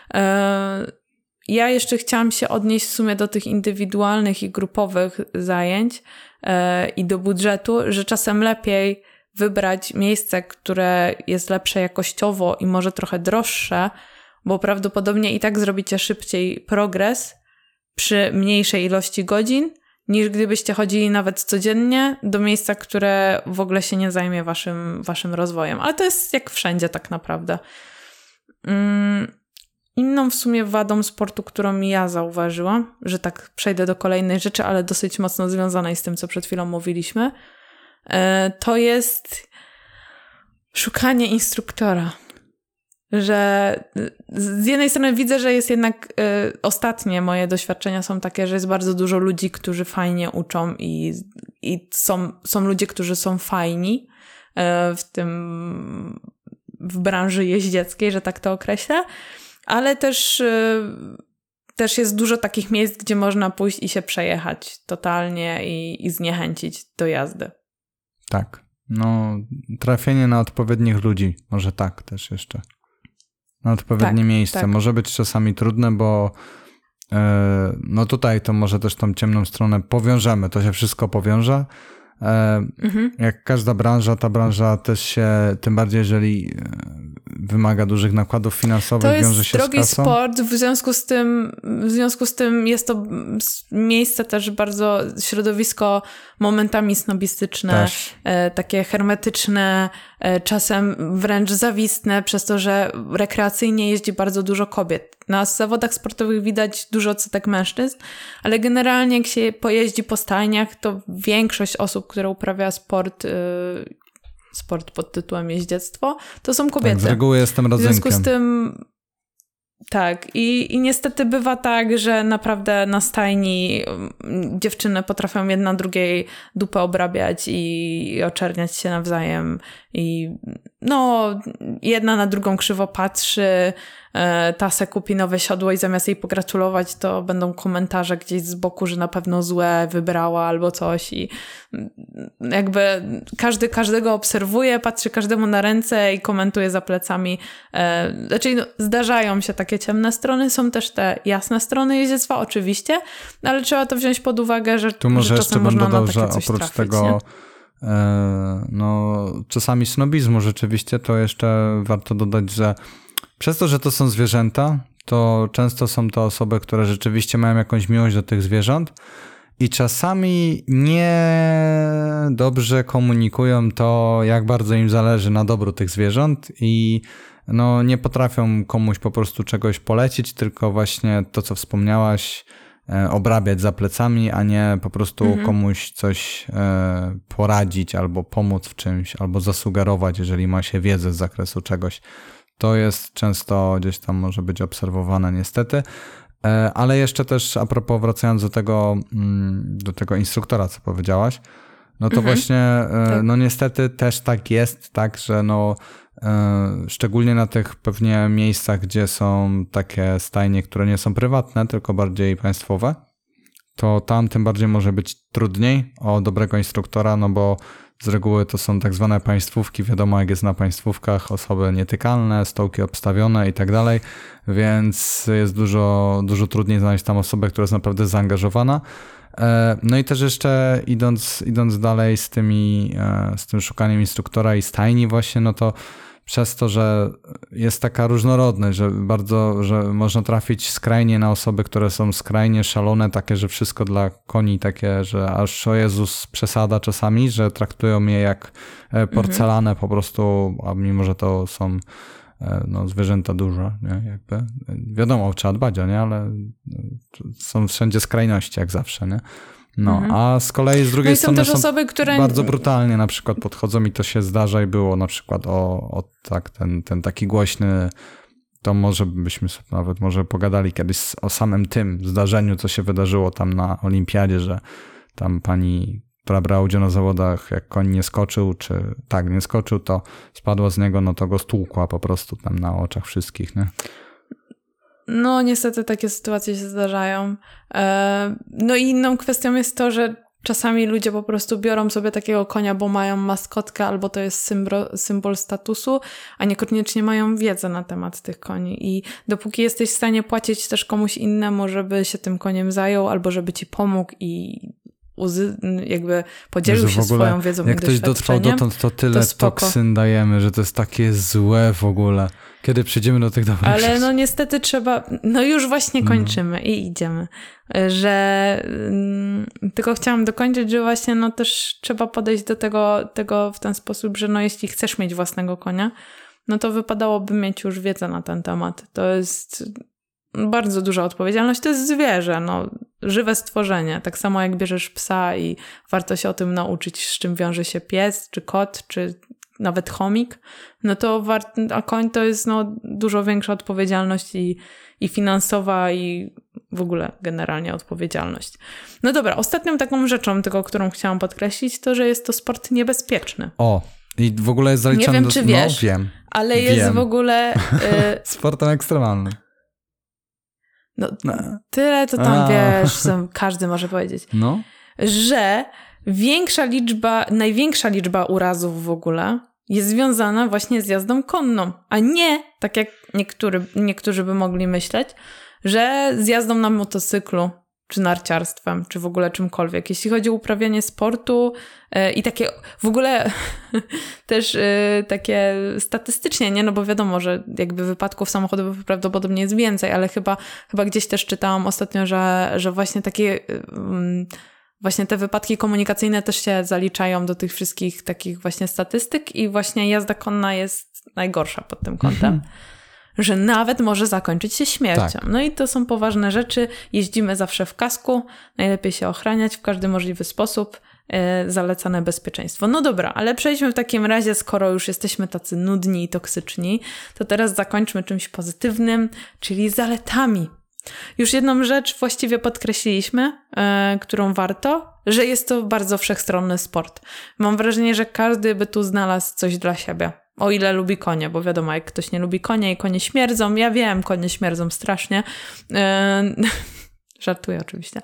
Ja jeszcze chciałam się odnieść w sumie do tych indywidualnych i grupowych zajęć i do budżetu, że czasem lepiej wybrać miejsce, które jest lepsze jakościowo i może trochę droższe, bo prawdopodobnie i tak zrobicie szybciej progres przy mniejszej ilości godzin, niż gdybyście chodzili nawet codziennie do miejsca, które w ogóle się nie zajmie waszym, waszym rozwojem. Ale to jest jak wszędzie tak naprawdę. inną w sumie wadą sportu, którą ja zauważyłam, że tak przejdę do kolejnej rzeczy, ale dosyć mocno związanej z tym, co przed chwilą mówiliśmy, to jest szukanie instruktora. Że z jednej strony widzę, że jest jednak y, ostatnie moje doświadczenia są takie, że jest bardzo dużo ludzi, którzy fajnie uczą i, i są, są ludzie, którzy są fajni y, w tym, w branży jeździeckiej, że tak to określę, ale też, y, też jest dużo takich miejsc, gdzie można pójść i się przejechać totalnie i, i zniechęcić do jazdy. Tak, no trafienie na odpowiednich ludzi, może tak też jeszcze. Na odpowiednie tak, miejsce. Tak. Może być czasami trudne, bo yy, no tutaj to może też tą ciemną stronę powiążemy, to się wszystko powiąże. Yy, mhm. Jak każda branża, ta branża też się, tym bardziej jeżeli wymaga dużych nakładów finansowych, wiąże się z kasą. To jest drogi sport, w związku z tym, w związku z tym jest to miejsce też bardzo, środowisko momentami snobistyczne, e, takie hermetyczne, e, czasem wręcz zawistne, przez to, że rekreacyjnie jeździ bardzo dużo kobiet. Na zawodach sportowych widać dużo odsetek mężczyzn, ale generalnie jak się pojeździ po stajniach, to większość osób, które uprawia sport, y, sport pod tytułem jeździectwo, to są kobiety. Tak, z reguły jestem rodzynkiem. W związku z tym tak i, i niestety bywa tak, że naprawdę na stajni dziewczyny potrafią jedna drugiej dupę obrabiać i, i oczerniać się nawzajem i no jedna na drugą krzywo patrzy, ta se kupi nowe siodło i zamiast jej pogratulować, to będą komentarze gdzieś z boku, że na pewno złe wybrała albo coś i jakby każdy każdego obserwuje, patrzy każdemu na ręce i komentuje za plecami. Znaczy no, zdarzają się takie ciemne strony, są też te jasne strony jeździectwa, oczywiście, ale trzeba to wziąć pod uwagę, że, tu może że jeszcze czasem bym można dodał, na takie że coś oprócz trafić, tego nie? no czasami snobizmu rzeczywiście, to jeszcze warto dodać, że przez to, że to są zwierzęta, to często są to osoby, które rzeczywiście mają jakąś miłość do tych zwierząt i czasami nie dobrze komunikują to, jak bardzo im zależy na dobru tych zwierząt i no nie potrafią komuś po prostu czegoś polecić, tylko właśnie to, co wspomniałaś, obrabiać za plecami, a nie po prostu mhm. komuś coś e, poradzić albo pomóc w czymś, albo zasugerować, jeżeli ma się wiedzę z zakresu czegoś. To jest często gdzieś tam może być obserwowane niestety, e, ale jeszcze też a propos wracając do tego, mm, do tego instruktora, co powiedziałaś, no to mhm. właśnie e, tak. no niestety też tak jest, tak, że no szczególnie na tych pewnie miejscach, gdzie są takie stajnie, które nie są prywatne, tylko bardziej państwowe, to tam tym bardziej może być trudniej o dobrego instruktora, no bo z reguły to są tak zwane państwówki, wiadomo jak jest na państwówkach, osoby nietykalne, stołki obstawione i tak dalej, więc jest dużo, dużo trudniej znaleźć tam osobę, która jest naprawdę zaangażowana. No i też jeszcze idąc, idąc dalej z tymi, z tym szukaniem instruktora i stajni właśnie, no to przez to, że jest taka różnorodność, że bardzo, że można trafić skrajnie na osoby, które są skrajnie szalone, takie, że wszystko dla koni takie, że aż o Jezus przesada czasami, że traktują je jak porcelanę mhm. po prostu, a mimo, że to są no, zwierzęta duże, nie? Jakby. Wiadomo, trzeba dbać o nie, ale są wszędzie skrajności, jak zawsze, nie? No, mhm. a z kolei z drugiej no i są strony też są osoby, które bardzo brutalnie na przykład podchodzą i to się zdarza i było na przykład o, o tak, ten, ten taki głośny, to może byśmy sobie nawet może pogadali kiedyś o samym tym zdarzeniu, co się wydarzyło tam na olimpiadzie, że tam pani, która brała udział na zawodach, jak koń nie skoczył, czy tak, nie skoczył, to spadła z niego, no to go stłukła po prostu tam na oczach wszystkich, nie? No niestety takie sytuacje się zdarzają. No i inną kwestią jest to, że czasami ludzie po prostu biorą sobie takiego konia, bo mają maskotkę albo to jest symbol, symbol statusu, a niekoniecznie mają wiedzę na temat tych koni. I dopóki jesteś w stanie płacić też komuś innemu, żeby się tym koniem zajął albo żeby ci pomógł i uzy- jakby podzielił Jezu, się w ogóle, swoją wiedzą jak i ktoś dotrwał dotąd, to tyle to toksyn dajemy, że to jest takie złe w ogóle. Kiedy przyjdziemy do tych dobrych Ale rzeczy? no niestety trzeba, no już właśnie kończymy no. i idziemy, że tylko chciałam dokończyć, że właśnie no też trzeba podejść do tego, tego w ten sposób, że no jeśli chcesz mieć własnego konia, no to wypadałoby mieć już wiedzę na ten temat. To jest bardzo duża odpowiedzialność. To jest zwierzę, no, żywe stworzenie. Tak samo jak bierzesz psa i warto się o tym nauczyć, z czym wiąże się pies, czy kot, czy nawet chomik, no to war- a koń to jest no, dużo większa odpowiedzialność i, i finansowa i w ogóle generalnie odpowiedzialność. No dobra, ostatnią taką rzeczą, tylko którą chciałam podkreślić, to, że jest to sport niebezpieczny. O, i w ogóle jest zaliczany Nie wiem, do... czy wiesz, no, wiem, ale wiem. jest w ogóle... Y... Sportem ekstremalnym. No, no, tyle to tam, a. wiesz, co każdy może powiedzieć. No. Że większa liczba, największa liczba urazów w ogóle jest związana właśnie z jazdą konną, a nie, tak jak niektóry, niektórzy by mogli myśleć, że z jazdą na motocyklu, czy narciarstwem, czy w ogóle czymkolwiek. Jeśli chodzi o uprawianie sportu yy, i takie w ogóle też yy, takie statystycznie, nie? No bo wiadomo, że jakby wypadków samochodowych prawdopodobnie jest więcej, ale chyba, chyba gdzieś też czytałam ostatnio, że, że właśnie takie yy, właśnie te wypadki komunikacyjne też się zaliczają do tych wszystkich takich właśnie statystyk i właśnie jazda konna jest najgorsza pod tym kątem. Mhm. Że nawet może zakończyć się śmiercią. Tak. No i to są poważne rzeczy. Jeździmy zawsze w kasku. Najlepiej się ochraniać w każdy możliwy sposób. Yy, zalecane bezpieczeństwo. No dobra, ale przejdźmy w takim razie, skoro już jesteśmy tacy nudni i toksyczni, to teraz zakończmy czymś pozytywnym, czyli zaletami. Już jedną rzecz właściwie podkreśliliśmy, yy, którą warto, że jest to bardzo wszechstronny sport. Mam wrażenie, że każdy by tu znalazł coś dla siebie. O ile lubi konie, bo wiadomo, jak ktoś nie lubi konie i konie śmierdzą, ja wiem, konie śmierdzą strasznie. E, żartuję oczywiście.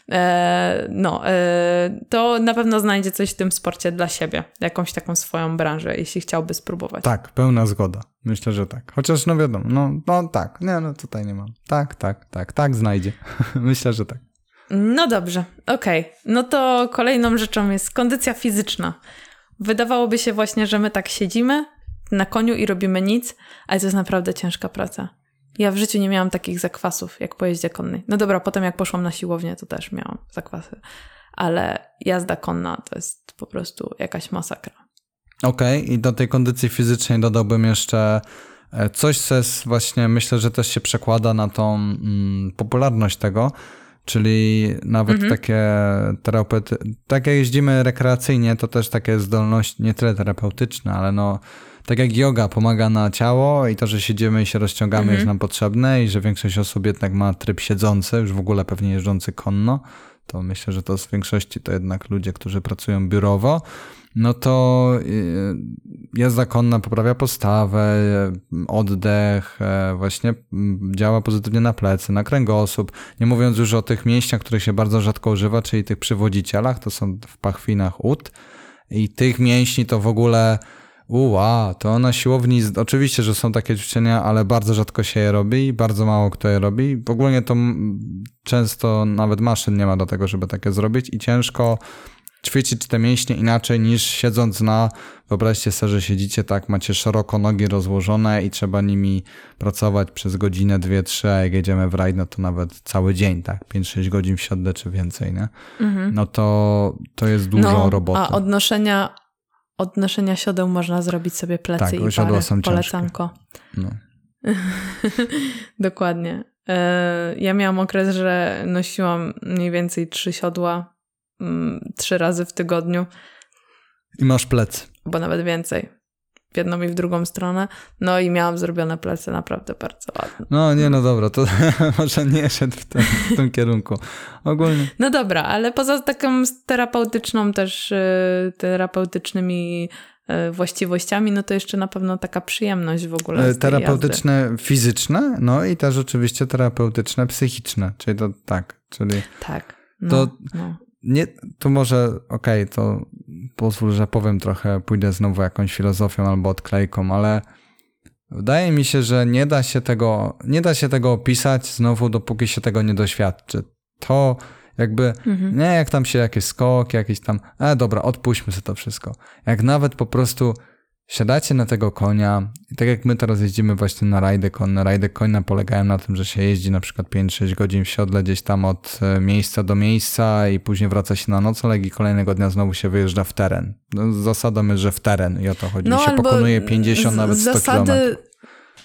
E, no, e, to na pewno znajdzie coś w tym sporcie dla siebie. Jakąś taką swoją branżę, jeśli chciałby spróbować. Tak, pełna zgoda. Myślę, że tak. Chociaż no wiadomo, no, no tak, nie, no tutaj nie mam. Tak, tak, tak, tak znajdzie. Myślę, że tak. No dobrze, okej. Okay. No to kolejną rzeczą jest kondycja fizyczna. Wydawałoby się właśnie, że my tak siedzimy na koniu i robimy nic, ale to jest naprawdę ciężka praca. Ja w życiu nie miałam takich zakwasów, jak po jeździe konnej. No dobra, potem jak poszłam na siłownię, to też miałam zakwasy. Ale jazda konna to jest po prostu jakaś masakra. Okej, okay. I do tej kondycji fizycznej dodałbym jeszcze coś, co jest właśnie, myślę, że też się przekłada na tą mm, popularność tego, czyli nawet mhm. takie terapeuty, tak jak jeździmy rekreacyjnie, to też takie zdolności, nie tyle terapeutyczne, ale no tak jak yoga pomaga na ciało i to, że siedzimy i się rozciągamy mhm. jest nam potrzebne i że większość osób jednak ma tryb siedzący, już w ogóle pewnie jeżdżący konno, to myślę, że to w większości to jednak ludzie, którzy pracują biurowo, no to jazda konna poprawia postawę, oddech, właśnie działa pozytywnie na plecy, na kręgosłup, nie mówiąc już o tych mięśniach, których się bardzo rzadko używa, czyli tych przywodzicielach, to są w pachwinach ud i tych mięśni to w ogóle uła, to na siłowni, oczywiście, że są takie ćwiczenia, ale bardzo rzadko się je robi i bardzo mało kto je robi. Ogólnie to często nawet maszyn nie ma do tego, żeby takie zrobić i ciężko ćwiczyć te mięśnie inaczej niż siedząc na, wyobraźcie sobie, że siedzicie tak, macie szeroko nogi rozłożone i trzeba nimi pracować przez godzinę, dwie, trzy, a jak jedziemy w rajd, no to nawet cały dzień, tak, pięć sześć godzin w siodle czy więcej, nie? Mhm. No to, to jest dużo no, roboty. A odnoszenia, odnoszenia siodeł można zrobić sobie plecy tak, i bary, są polecanko. No. Dokładnie. Ja miałam okres, że nosiłam mniej więcej trzy siodła trzy razy w tygodniu. I masz plecy. Bo nawet więcej. W jedną i w drugą stronę. No i miałam zrobione plecy naprawdę bardzo ładne. No nie, no dobra, to może nie szedł w, ten, w tym kierunku. Ogólnie. No dobra, ale poza taką terapeutyczną też, yy, terapeutycznymi yy, właściwościami, no to jeszcze na pewno taka przyjemność w ogóle z terapeutyczne jazdy. Fizyczne, no i też oczywiście terapeutyczne psychiczne. Czyli to tak, czyli... Tak, no, to, no. Nie, to może, okej, okay, to pozwól, że powiem trochę, pójdę znowu jakąś filozofią albo odklejką, ale wydaje mi się, że nie da się tego, nie da się tego opisać znowu, dopóki się tego nie doświadczy. To jakby, mhm. nie jak tam się jakieś skoki, jakieś tam, e dobra, odpuśćmy sobie to wszystko. Jak nawet po prostu siadacie na tego konia i tak jak my teraz jeździmy właśnie na rajdy konne, rajdy konne polegają na tym, że się jeździ na przykład pięć sześć godzin w siodle gdzieś tam od miejsca do miejsca i później wraca się na nocleg i kolejnego dnia znowu się wyjeżdża w teren. No, zasadą jest, że w teren i o to chodzi. No, I się pokonuje pięćdziesiąt, z, nawet sto zasady... kilometrów.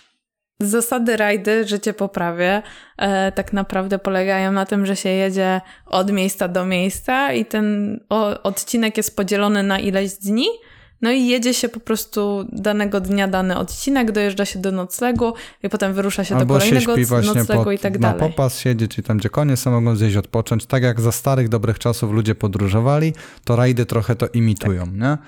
Zasady rajdy, że cię poprawię, e, tak naprawdę polegają na tym, że się jedzie od miejsca do miejsca i ten o, odcinek jest podzielony na ileś dni, no i jedzie się po prostu danego dnia dany odcinek, dojeżdża się do noclegu i potem wyrusza się Albo do kolejnego się śpi noclegu pod, i tak na dalej. Na popas siedzi, czyli tam, gdzie konie są, mogą zjeść, odpocząć. Tak jak za starych, dobrych czasów ludzie podróżowali, to rajdy trochę to imitują, tak. nie?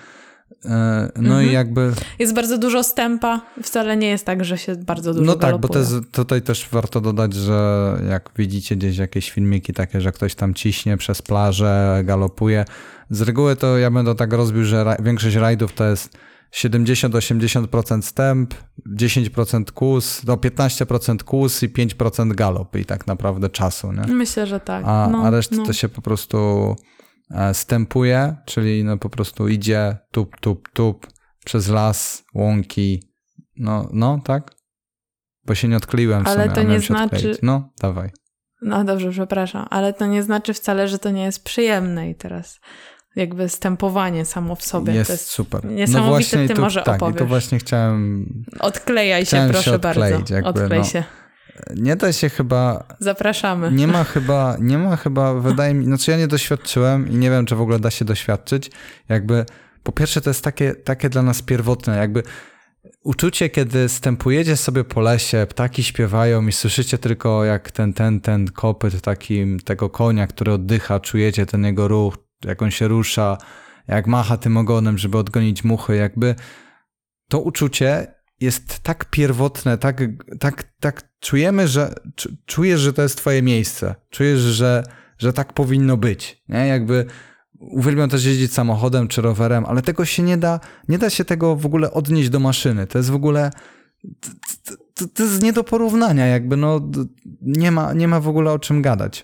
No mhm. i jakby... Jest bardzo dużo stępa, wcale nie jest tak, że się bardzo dużo No tak, galopuje. bo to jest, tutaj też warto dodać, że jak widzicie gdzieś jakieś filmiki takie, że ktoś tam ciśnie przez plażę, galopuje, z reguły to ja będę tak rozbił, że ra- większość rajdów to jest siedemdziesiąt do osiemdziesięciu procent stęp, dziesięć procent kłus, do piętnaście procent kłus i pięć procent galop i tak naprawdę czasu, nie? Myślę, że tak. A, no, a resztę no. to się po prostu stępuje, czyli no po prostu idzie tup, tup, tup przez las, łąki, no, no tak? Bo się nie odkleiłem w ale sumie, to nie znaczy... Odkleić. No, dawaj. No dobrze, przepraszam, ale to nie znaczy wcale, że to nie jest przyjemne i teraz jakby stępowanie samo w sobie. Jest, to jest super. Niesamowite, no właśnie ty tu, może tak, opowiesz. Tak, i to właśnie chciałem... Odklejaj chciałem się, proszę się odkleić, bardzo. jakby, Odklej no, się. Nie da się chyba... Zapraszamy. Nie ma chyba, nie ma chyba, wydaje mi, znaczy ja nie doświadczyłem i nie wiem, czy w ogóle da się doświadczyć. Jakby, po pierwsze to jest takie, takie dla nas pierwotne, jakby uczucie, kiedy stępujecie sobie po lesie, ptaki śpiewają i słyszycie tylko jak ten, ten, ten kopyt takim, tego konia, który oddycha, czujecie ten jego ruch, jak on się rusza, jak macha tym ogonem, żeby odgonić muchy, jakby to uczucie jest tak pierwotne, tak, tak, tak czujemy, że czujesz, że to jest twoje miejsce. Czujesz, że, że tak powinno być. Nie? Jakby uwielbiam też jeździć samochodem czy rowerem, ale tego się nie da, nie da się tego w ogóle odnieść do maszyny. To jest w ogóle to, to, to jest nie do porównania. Jakby no nie ma, nie ma w ogóle o czym gadać.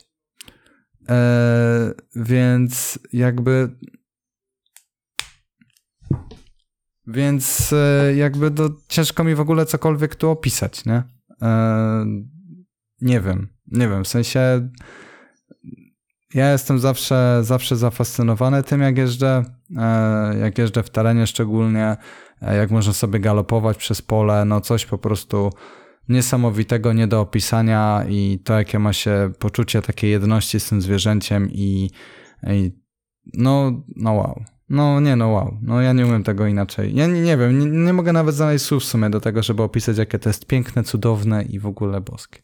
Eee, więc jakby Więc jakby to ciężko mi w ogóle cokolwiek tu opisać, nie? Eee, nie wiem, nie wiem, w sensie ja jestem zawsze, zawsze zafascynowany tym, jak jeżdżę, eee, jak jeżdżę w terenie szczególnie, e, jak można sobie galopować przez pole, no coś po prostu niesamowitego, nie do opisania i to, jakie ma się poczucie takiej jedności z tym zwierzęciem i, i no, no wow. No nie, no wow. No ja nie umiem tego inaczej. Ja nie, nie wiem, nie, nie mogę nawet znaleźć słów w sumie do tego, żeby opisać, jakie to jest piękne, cudowne i w ogóle boskie.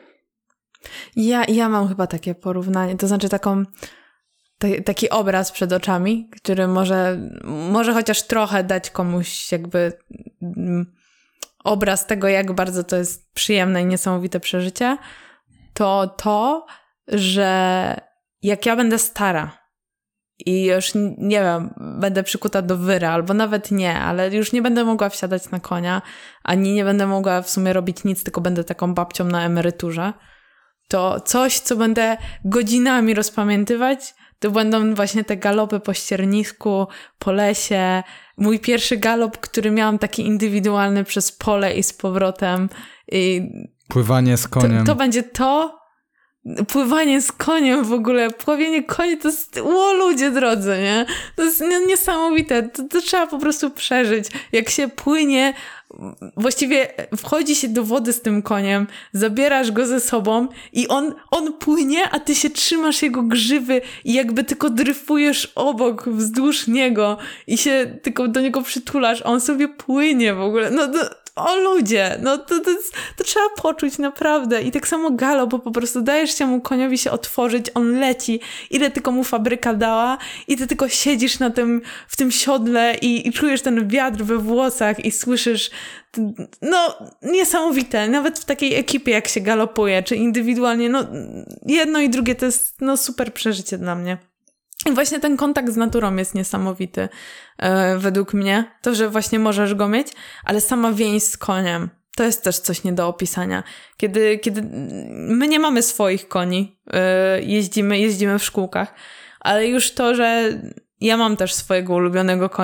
Ja, ja mam chyba takie porównanie, to znaczy taką, t- taki obraz przed oczami, który może, może chociaż trochę dać komuś jakby mm, obraz tego, jak bardzo to jest przyjemne i niesamowite przeżycie, to to, że jak ja będę stara, i już, nie wiem, będę przykuta do wyra, albo nawet nie, ale już nie będę mogła wsiadać na konia, ani nie będę mogła w sumie robić nic, tylko będę taką babcią na emeryturze, to coś, co będę godzinami rozpamiętywać, to będą właśnie te galopy po ściernisku, po lesie. Mój pierwszy galop, który miałam taki indywidualny przez pole i z powrotem. I pływanie z koniem. To, to będzie to, pływanie z koniem w ogóle, pławienie koni, to jest, o ludzie drodzy, nie? To jest niesamowite, to, to trzeba po prostu przeżyć. Jak się płynie, właściwie wchodzi się do wody z tym koniem, zabierasz go ze sobą i on, on płynie, a ty się trzymasz jego grzywy i jakby tylko dryfujesz obok, wzdłuż niego i się tylko do niego przytulasz, a on sobie płynie w ogóle. No to o ludzie, no to, to, to trzeba poczuć naprawdę. I tak samo galop, bo po prostu dajesz się mu koniowi się otworzyć, on leci, ile tylko mu fabryka dała i ty tylko siedzisz na tym, w tym siodle i, i czujesz ten wiatr we włosach i słyszysz, no niesamowite, nawet w takiej ekipie jak się galopuje, czy indywidualnie, no jedno i drugie to jest no super przeżycie dla mnie. I właśnie ten kontakt z naturą jest niesamowity yy, według mnie. To, że właśnie możesz go mieć, ale sama więź z koniem, to jest też coś nie do opisania. Kiedy, kiedy my nie mamy swoich koni, yy, jeździmy, jeździmy w szkółkach, ale już to, że ja mam też swojego ulubionego konia,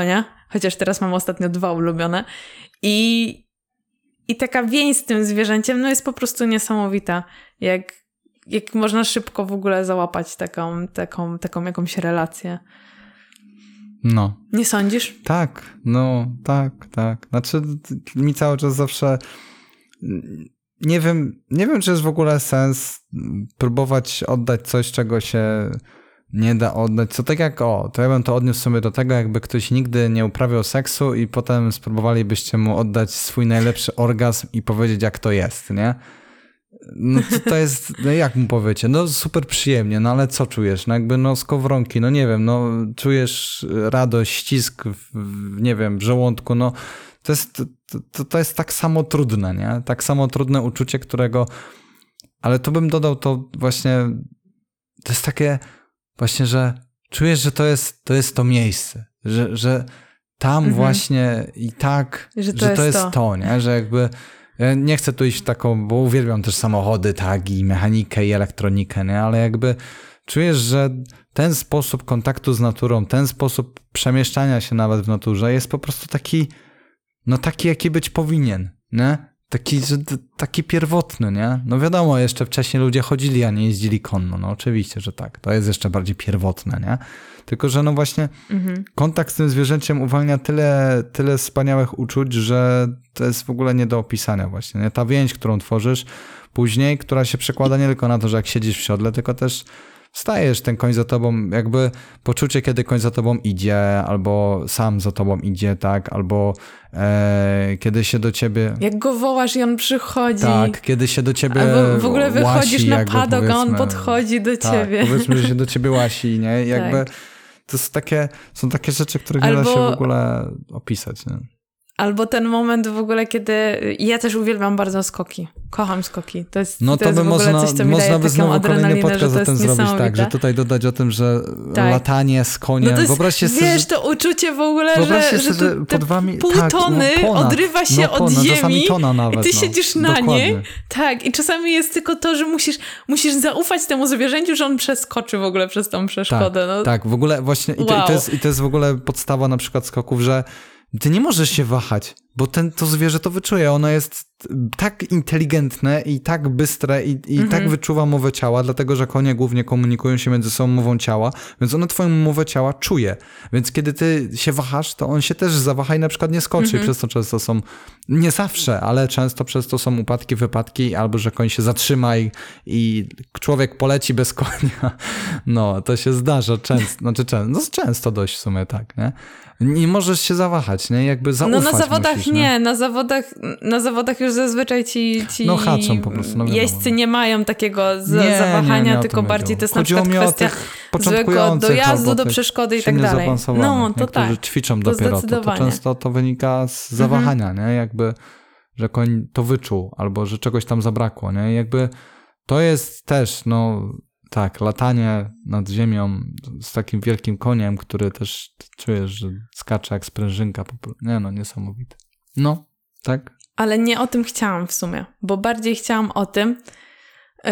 chociaż teraz mam ostatnio dwa ulubione. I, i taka więź z tym zwierzęciem no jest po prostu niesamowita. Jak, jak można szybko w ogóle załapać taką, taką, taką jakąś relację. No. Nie sądzisz? Tak, no tak, tak. Znaczy mi cały czas zawsze nie wiem, nie wiem, czy jest w ogóle sens próbować oddać coś, czego się nie da oddać. Co tak jak, o, to ja bym to odniósł sobie do tego, jakby ktoś nigdy nie uprawiał seksu i potem spróbowalibyście mu oddać swój najlepszy orgazm i powiedzieć, jak to jest, nie? No to, to jest, no jak mu powiecie, no super przyjemnie, no ale co czujesz? No jakby no skowronki, no nie wiem, no czujesz radość, ścisk w, w nie wiem, w żołądku, no to jest, to, to jest tak samo trudne, nie? Tak samo trudne uczucie, którego, ale tu bym dodał to właśnie, to jest takie właśnie, że czujesz, że to jest to, jest to miejsce, że, że tam mhm. właśnie i tak, że to, że jest, to jest to. to, nie? Że jakby ja nie chcę tu iść w taką, bo uwielbiam też samochody, tak, i mechanikę, i elektronikę, nie? Ale jakby czujesz, że ten sposób kontaktu z naturą, ten sposób przemieszczania się nawet w naturze jest po prostu taki, no taki, jaki być powinien, nie? Taki, że, taki pierwotny, nie? No wiadomo, jeszcze wcześniej ludzie chodzili, a nie jeździli konno, no oczywiście, że tak. To jest jeszcze bardziej pierwotne, nie? Tylko, że no właśnie mhm. kontakt z tym zwierzęciem uwalnia tyle, tyle wspaniałych uczuć, że to jest w ogóle nie do opisania właśnie, nie? Ta więź, którą tworzysz później, która się przekłada nie tylko na to, że jak siedzisz w siodle, tylko też wstajesz, ten koń za tobą, jakby poczucie, kiedy koń za tobą idzie, albo sam za tobą idzie, tak, albo e, kiedy się do ciebie... Jak go wołasz i on przychodzi. Tak, kiedy się do ciebie albo w ogóle wychodzisz łasi, na padok, a on podchodzi do tak, ciebie. Powiedzmy, że się do ciebie łasi, nie? Jakby tak. To jest takie, są takie rzeczy, które albo... nie da się w ogóle opisać, nie? Albo ten moment w ogóle, kiedy... Ja też uwielbiam bardzo skoki. Kocham skoki. To jest, no to to jest by w ogóle można, coś, co mi można daje by taką adrenalinę, podcast że to o tym jest zrobić, niesamowite. tak, że tutaj dodać o tym, że tak. latanie z koniem. No to jest, wyobraźcie sobie, wiesz, to uczucie w ogóle, że, że, sobie, że pod wami, pół tak, tony no ponad, odrywa się no ponad, od ziemi czasami tona nawet, i ty no. siedzisz na Dokładnie. niej. Tak, i czasami jest tylko to, że musisz, musisz zaufać temu zwierzęciu, że on przeskoczy w ogóle przez tą przeszkodę. Tak, no. tak w ogóle właśnie i to, wow. i, to jest, i to jest w ogóle podstawa na przykład skoków, że ty nie możesz się wahać, bo ten, to zwierzę to wyczuje. Ono jest tak inteligentne i tak bystre i, i mm-hmm. tak wyczuwa mowę ciała, dlatego że konie głównie komunikują się między sobą mową ciała, więc ono twoją mowę ciała czuje. Więc kiedy ty się wahasz, to on się też zawaha i na przykład nie skoczy. Mm-hmm. Przez to często są, nie zawsze, ale często przez to są upadki, wypadki, albo że koń się zatrzyma i, i człowiek poleci bez konia. No, to się zdarza często, znaczy często, no często dość w sumie tak, nie? Nie możesz się zawahać, nie? Jakby zaufać No na zawodach musisz, nie, nie? Na zawodach, na zawodach już zazwyczaj ci, ci no haczą po prostu, no jeźdźcy nie mają takiego z, nie, zawahania, nie, nie tylko bardziej to jest Chodziło na przykład kwestia złego dojazdu do przeszkody i tak dalej. No to tak. Którzy ćwiczą to dopiero, to, to często to wynika z zawahania, mhm. nie? Jakby, że koń to wyczuł, albo że czegoś tam zabrakło, nie? Jakby to jest też, no... Tak, latanie nad ziemią z takim wielkim koniem, który też czujesz, że skacze jak sprężynka. Nie no, niesamowite. No, tak? Ale nie o tym chciałam w sumie, bo bardziej chciałam o tym, yy,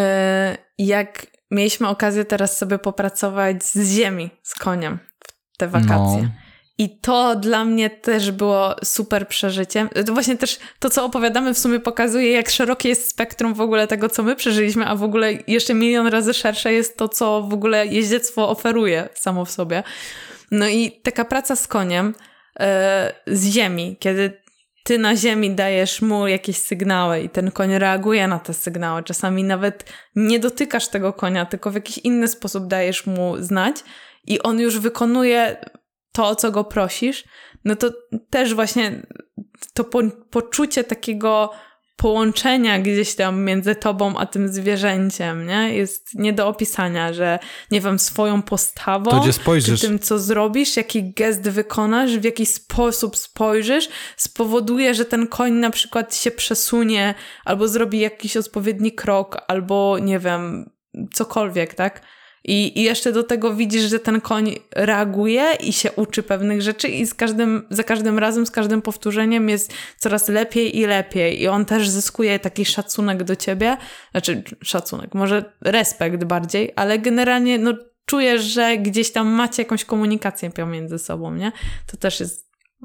jak mieliśmy okazję teraz sobie popracować z ziemi, z koniem w te wakacje. No. I to dla mnie też było super przeżyciem. To właśnie też to, co opowiadamy, w sumie pokazuje, jak szerokie jest spektrum w ogóle tego, co my przeżyliśmy, a w ogóle jeszcze milion razy szersze jest to, co w ogóle jeździectwo oferuje samo w sobie. No i taka praca z koniem yy, z ziemi, kiedy ty na ziemi dajesz mu jakieś sygnały i ten koń reaguje na te sygnały. Czasami nawet nie dotykasz tego konia, tylko w jakiś inny sposób dajesz mu znać i on już wykonuje to, o co go prosisz, no to też właśnie to po, poczucie takiego połączenia gdzieś tam między tobą a tym zwierzęciem, nie? Jest nie do opisania, że nie wiem, swoją postawą, czy tym, co zrobisz, jaki gest wykonasz, w jaki sposób spojrzysz, spowoduje, że ten koń na przykład się przesunie, albo zrobi jakiś odpowiedni krok, albo nie wiem, cokolwiek, tak? I, I jeszcze do tego widzisz, że ten koń reaguje i się uczy pewnych rzeczy i z każdym, za każdym razem, z każdym powtórzeniem jest coraz lepiej i lepiej. I on też zyskuje taki szacunek do ciebie. Znaczy szacunek, może respekt bardziej, ale generalnie no, czujesz, że gdzieś tam macie jakąś komunikację pomiędzy sobą, nie? To też jest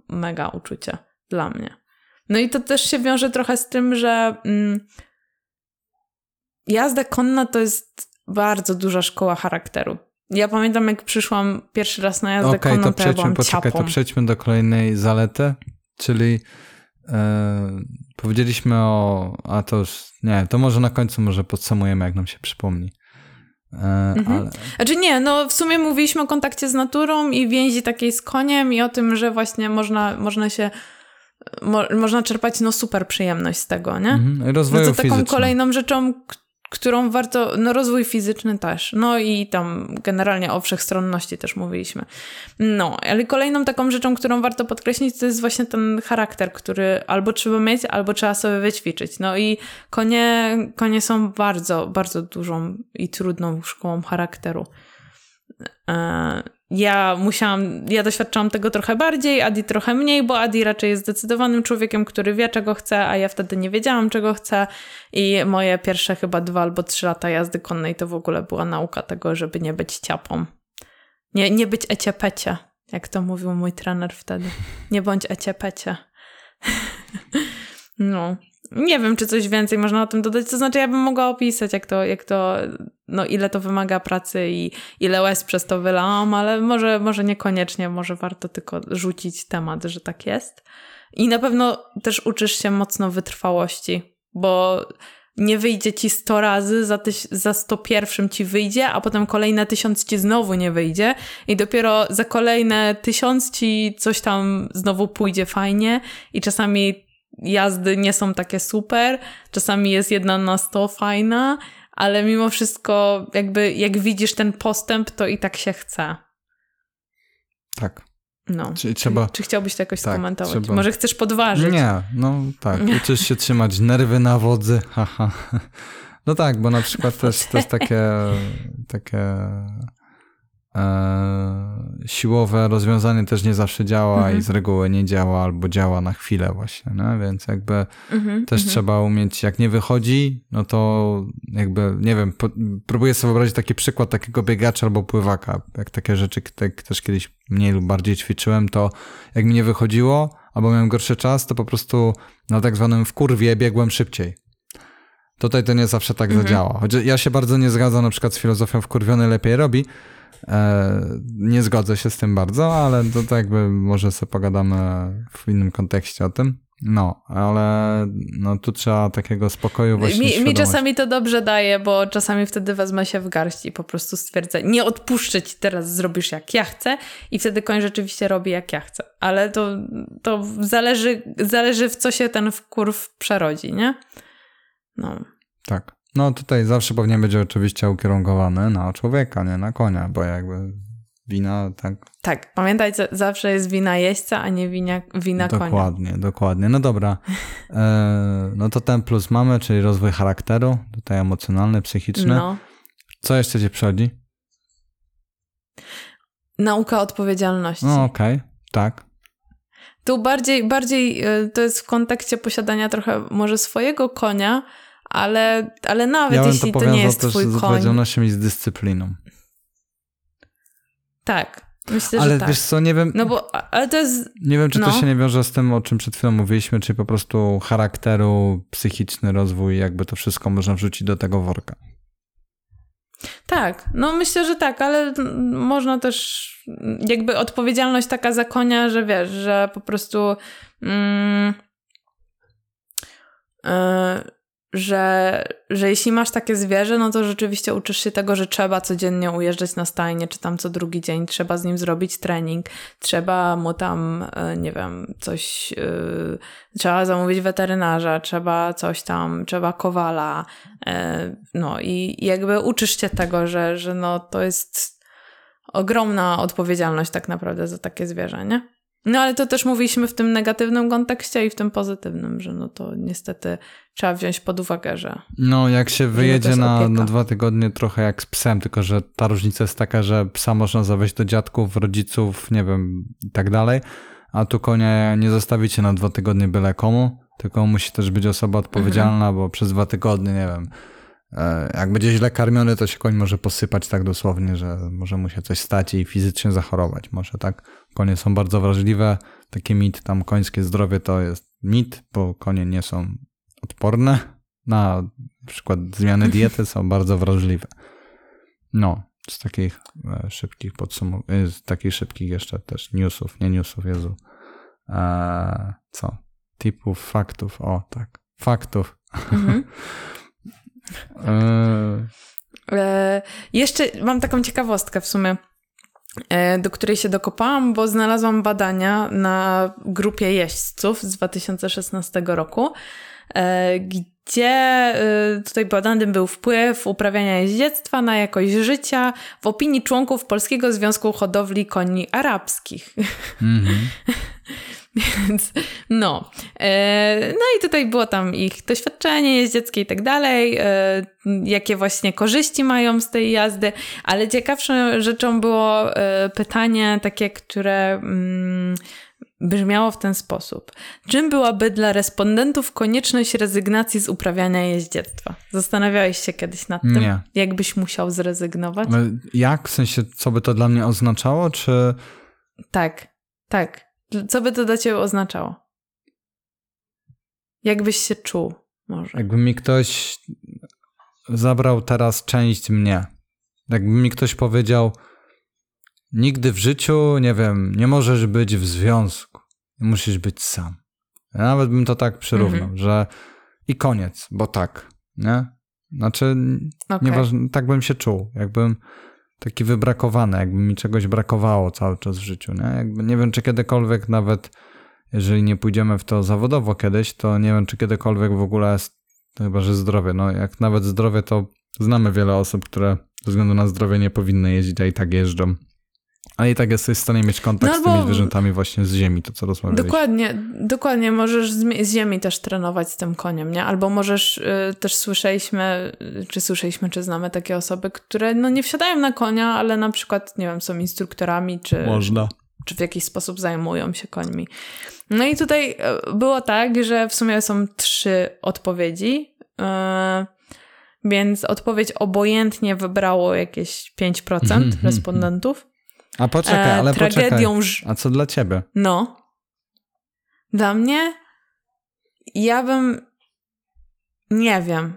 mega uczucie dla mnie. No i to też się wiąże trochę z tym, że mm, jazda konna to jest bardzo duża szkoła charakteru. Ja pamiętam, jak przyszłam pierwszy raz na jazdę okay, konną, to, to ja byłam poczekaj, ciapą. to przejdźmy do kolejnej zalety, czyli e, powiedzieliśmy o... A to już... Nie, to może na końcu może podsumujemy, jak nam się przypomni. E, mhm. ale... Znaczy nie, no w sumie mówiliśmy o kontakcie z naturą i więzi takiej z koniem i o tym, że właśnie można, można się... Mo, można czerpać no super przyjemność z tego, nie? Mhm. Rozwoju no to taką fizycznym. kolejną rzeczą, którą warto, no rozwój fizyczny też, no i tam generalnie o wszechstronności też mówiliśmy. No, ale kolejną taką rzeczą, którą warto podkreślić, to jest właśnie ten charakter, który albo trzeba mieć, albo trzeba sobie wyćwiczyć. No i konie, konie są bardzo, bardzo dużą i trudną szkołą charakteru. Ja musiałam, ja doświadczałam tego trochę bardziej, Adi trochę mniej, bo Adi raczej jest zdecydowanym człowiekiem, który wie, czego chce, a ja wtedy nie wiedziałam, czego chcę i moje pierwsze chyba dwa albo trzy lata jazdy konnej to w ogóle była nauka tego, żeby nie być ciapą. Nie, nie być eciepecie, jak to mówił mój trener wtedy. Nie bądź eciepecie. No. Nie wiem, czy coś więcej można o tym dodać. To znaczy, ja bym mogła opisać, jak to, jak to, no ile to wymaga pracy i ile łez przez to wylałam, ale może, może niekoniecznie, może warto tylko rzucić temat, że tak jest. I na pewno też uczysz się mocno wytrwałości, bo nie wyjdzie ci sto razy, za, tyś, za sto pierwszym ci wyjdzie, a potem kolejne tysiąc ci znowu nie wyjdzie i dopiero za kolejne tysiąc ci coś tam znowu pójdzie fajnie i czasami jazdy nie są takie super, czasami jest jedna na sto fajna, ale mimo wszystko jakby jak widzisz ten postęp, to i tak się chce. Tak. No. Czyli trzeba... Czy, czy chciałbyś to jakoś tak, skomentować? trzeba... Może chcesz podważyć? Nie, no tak. Uczysz się trzymać nerwy na wodzy. Haha. No tak, bo na przykład też to jest takie takie e, siłowe rozwiązanie też nie zawsze działa mhm. i z reguły nie działa albo działa na chwilę właśnie, no? Więc jakby mhm, też mhm. trzeba umieć, jak nie wychodzi, no to jakby, nie wiem, po, próbuję sobie wyobrazić taki przykład takiego biegacza albo pływaka, jak takie rzeczy tak też kiedyś mniej lub bardziej ćwiczyłem, to jak mi nie wychodziło, albo miałem gorszy czas, to po prostu na tak zwanym wkurwie biegłem szybciej. Tutaj to nie zawsze tak mhm. zadziała. Choć ja się bardzo nie zgadzam na przykład z filozofią wkurwiony lepiej robi. E, nie zgodzę się z tym bardzo, ale to, to jakby może sobie pogadamy w innym kontekście o tym. No, ale no tu trzeba takiego spokoju właśnie mi, mi czasami to dobrze daje, bo czasami wtedy wezmę się w garść i po prostu stwierdzę, nie odpuszczę ci, teraz zrobisz jak ja chcę i wtedy koń rzeczywiście robi jak ja chcę. Ale to, to zależy, zależy w co się ten wkurw przerodzi, nie? No. Tak. No tutaj zawsze powinien być oczywiście ukierunkowany na człowieka, nie na konia, bo jakby wina tak... Tak, pamiętajcie, zawsze jest wina jeźdźca, a nie wina, wina konia. Dokładnie, dokładnie. No dobra. E, no to ten plus mamy, czyli rozwój charakteru, tutaj emocjonalny, psychiczny. No. Co jeszcze ci przychodzi? Nauka odpowiedzialności. No okej, okay. Tak. Tu bardziej, bardziej to jest w kontekście posiadania trochę może swojego konia, ale, ale nawet ja jeśli to, to nie jest twój koń. Ja bym to powiązał też z odpowiedzialnością i z dyscypliną. Tak, myślę, ale że tak. Ale wiesz co, nie wiem... No bo, ale to jest... Nie wiem, czy no. to się nie wiąże z tym, o czym przed chwilą mówiliśmy, czy po prostu charakteru, psychiczny rozwój, jakby to wszystko można wrzucić do tego worka. Tak, no myślę, że tak, ale można też jakby odpowiedzialność taka za konia, że wiesz, że po prostu mm, yy, że, że jeśli masz takie zwierzę, no to rzeczywiście uczysz się tego, że trzeba codziennie ujeżdżać na stajnię, czy tam co drugi dzień, trzeba z nim zrobić trening, trzeba mu tam, nie wiem, coś, yy, trzeba zamówić weterynarza, trzeba coś tam, trzeba kowala, yy, no i jakby uczysz się tego, że, że no to jest ogromna odpowiedzialność tak naprawdę za takie zwierzę, nie? No ale to też mówiliśmy w tym negatywnym kontekście i w tym pozytywnym, że no to niestety trzeba wziąć pod uwagę, że... No jak się wyjedzie na, na dwa tygodnie trochę jak z psem, tylko że ta różnica jest taka, że psa można zawieźć do dziadków, rodziców, nie wiem i tak dalej, a tu konia nie zostawicie na dwa tygodnie byle komu, tylko musi też być osoba odpowiedzialna, mhm. bo przez dwa tygodnie, nie wiem, Jak będzie źle karmiony, to się koń może posypać tak dosłownie, że może mu się coś stać i fizycznie zachorować. Może tak. Konie są bardzo wrażliwe. Taki mit, tam końskie zdrowie to jest mit, bo konie nie są odporne na przykład zmiany diety, są bardzo wrażliwe. No, z takich e, szybkich podsumowań, z takich szybkich jeszcze też newsów, nie newsów, Jezu. E, co? Typów, faktów, o tak, faktów. Mhm. e... E, jeszcze mam taką ciekawostkę w sumie, e, do której się dokopałam, bo znalazłam badania na grupie jeźdźców z dwa tysiące szesnastego roku, e, gdzie y, tutaj badany był wpływ uprawiania jeździectwa na jakość życia w opinii członków Polskiego Związku Hodowli Koni Arabskich. Mm-hmm. Więc no. E, no i tutaj było tam ich doświadczenie jeździeckie i tak dalej, e, jakie właśnie korzyści mają z tej jazdy, ale ciekawszą rzeczą było e, pytanie takie, które mm, brzmiało w ten sposób. Czym byłaby dla respondentów konieczność rezygnacji z uprawiania jeździectwa? Zastanawiałeś się kiedyś nad tym? Nie. Jakbyś musiał zrezygnować? Ale jak? W sensie, co by to dla mnie oznaczało, czy... Tak, tak. Co by to dla ciebie oznaczało? Jakbyś się czuł może? Jakby mi ktoś zabrał teraz część mnie. Jakby mi ktoś powiedział, nigdy w życiu, nie wiem, nie możesz być w związku. Musisz być sam. Ja nawet bym to tak przyrównał, mhm. że i koniec, bo tak, nie? Znaczy, okay. nieważne, tak bym się czuł. Jakbym taki wybrakowany, jakby mi czegoś brakowało cały czas w życiu, nie? Jakby nie wiem, czy kiedykolwiek nawet, jeżeli nie pójdziemy w to zawodowo kiedyś, to nie wiem, czy kiedykolwiek w ogóle jest, chyba że zdrowie, no jak nawet zdrowie, to znamy wiele osób, które ze względu na zdrowie nie powinny jeździć, a i tak jeżdżą. Ale i tak jesteś w stanie mieć kontakt no, z tymi zwierzętami właśnie z ziemi, to co rozmawialiśmy. Dokładnie, dokładnie. Możesz z, z ziemi też trenować z tym koniem, nie? Albo możesz, y, też słyszeliśmy, czy słyszeliśmy, czy znamy takie osoby, które no nie wsiadają na konia, ale na przykład, nie wiem, są instruktorami, czy, Można. czy w jakiś sposób zajmują się końmi. No i tutaj było tak, że w sumie są trzy odpowiedzi, y, więc odpowiedź obojętnie wybrało jakieś pięć procent respondentów. A poczekaj, ale tragedią... poczekaj. A co dla ciebie? No. Dla mnie? Ja bym... Nie wiem.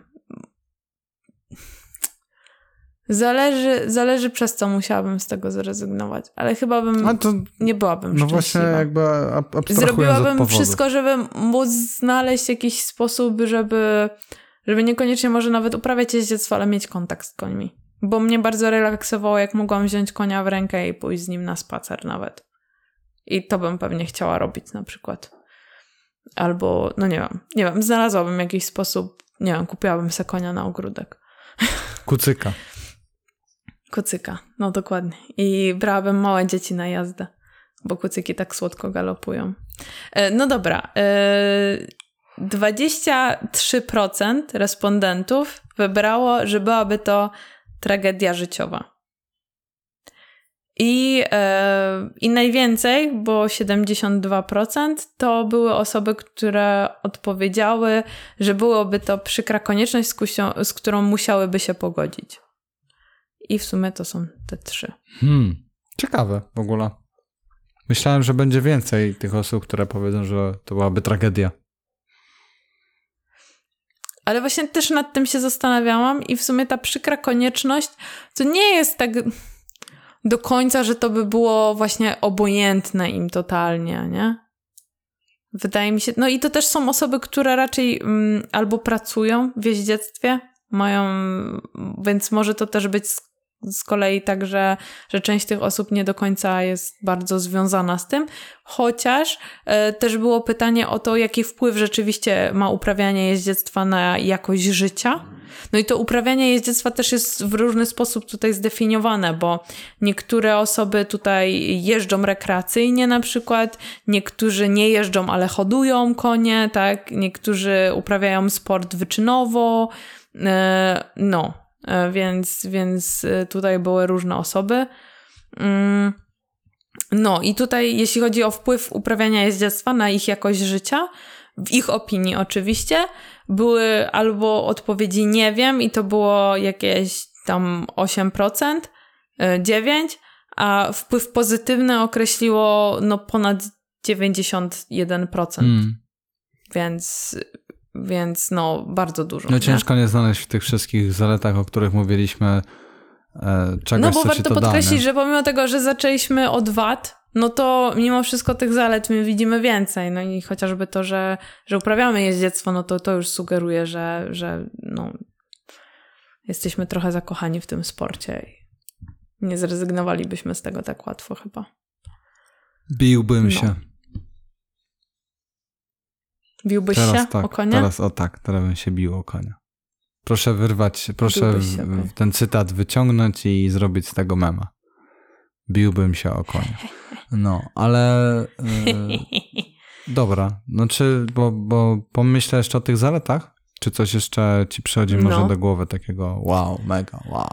Zależy, zależy przez co musiałabym z tego zrezygnować. Ale chyba bym... To, nie byłabym no szczęśliwa. właśnie jakby abstrahując Zrobiłabym od wszystko, żeby móc znaleźć jakiś sposób, żeby... Żeby niekoniecznie może nawet uprawiać jeździectwo, ale mieć kontakt z końmi. Bo mnie bardzo relaksowało, jak mogłam wziąć konia w rękę i pójść z nim na spacer nawet. I to bym pewnie chciała robić na przykład. Albo, no nie wiem, nie wiem, znalazłabym jakiś sposób, nie wiem, kupiłabym sobie konia na ogródek. Kucyka. Kucyka, no dokładnie. I brałabym małe dzieci na jazdę, bo kucyki tak słodko galopują. No dobra, dwadzieścia trzy procent respondentów wybrało, że byłaby to tragedia życiowa. I, e, i najwięcej, bo siedemdziesiąt dwa procent, to były osoby, które odpowiedziały, że byłoby to przykra konieczność, z, kusią, z którą musiałyby się pogodzić. I w sumie to są te trzy. Hmm, ciekawe w ogóle. Myślałem, że będzie więcej tych osób, które powiedzą, że to byłaby tragedia. Ale właśnie też nad tym się zastanawiałam i w sumie ta przykra konieczność to nie jest tak do końca, że to by było właśnie obojętne im totalnie, nie? Wydaje mi się... No i to też są osoby, które raczej mm, albo pracują w jeździectwie, mają... Więc może to też być z, z kolei tak, że, że część tych osób nie do końca jest bardzo związana z tym, chociaż e, też było pytanie o to, jaki wpływ rzeczywiście ma uprawianie jeździectwa na jakość życia. No i to uprawianie jeździectwa też jest w różny sposób tutaj zdefiniowane, bo niektóre osoby tutaj jeżdżą rekreacyjnie na przykład, niektórzy nie jeżdżą, ale hodują konie, tak? Niektórzy uprawiają sport wyczynowo, e, no. Więc, więc tutaj były różne osoby. No i tutaj jeśli chodzi o wpływ uprawiania jeździectwa na ich jakość życia, w ich opinii oczywiście, były albo odpowiedzi nie wiem i to było jakieś tam osiem procent, dziewięć procent, a wpływ pozytywny określiło no ponad dziewięćdziesiąt jeden procent. Mm. Więc, więc no bardzo dużo. No ciężko nie, nie znaleźć w tych wszystkich zaletach, o których mówiliśmy, e, czegoś, no bo co warto ci to podkreślić, da, że pomimo tego, że zaczęliśmy od wad, no to mimo wszystko tych zalet my widzimy więcej. No i chociażby to, że, że uprawiamy jeździectwo, no to to już sugeruje, że, że no, jesteśmy trochę zakochani w tym sporcie i nie zrezygnowalibyśmy z tego tak łatwo chyba. Biłbym no. się. Biłbyś teraz się tak, o konia? Teraz o tak, teraz bym się bił o konia. Proszę wyrwać, proszę się, w, w ten cytat wyciągnąć i zrobić z tego mema. Biłbym się o konia. No, ale yy, dobra, no czy, bo, bo pomyślę jeszcze o tych zaletach? Czy coś jeszcze ci przychodzi może no. do głowy takiego wow, mega, wow.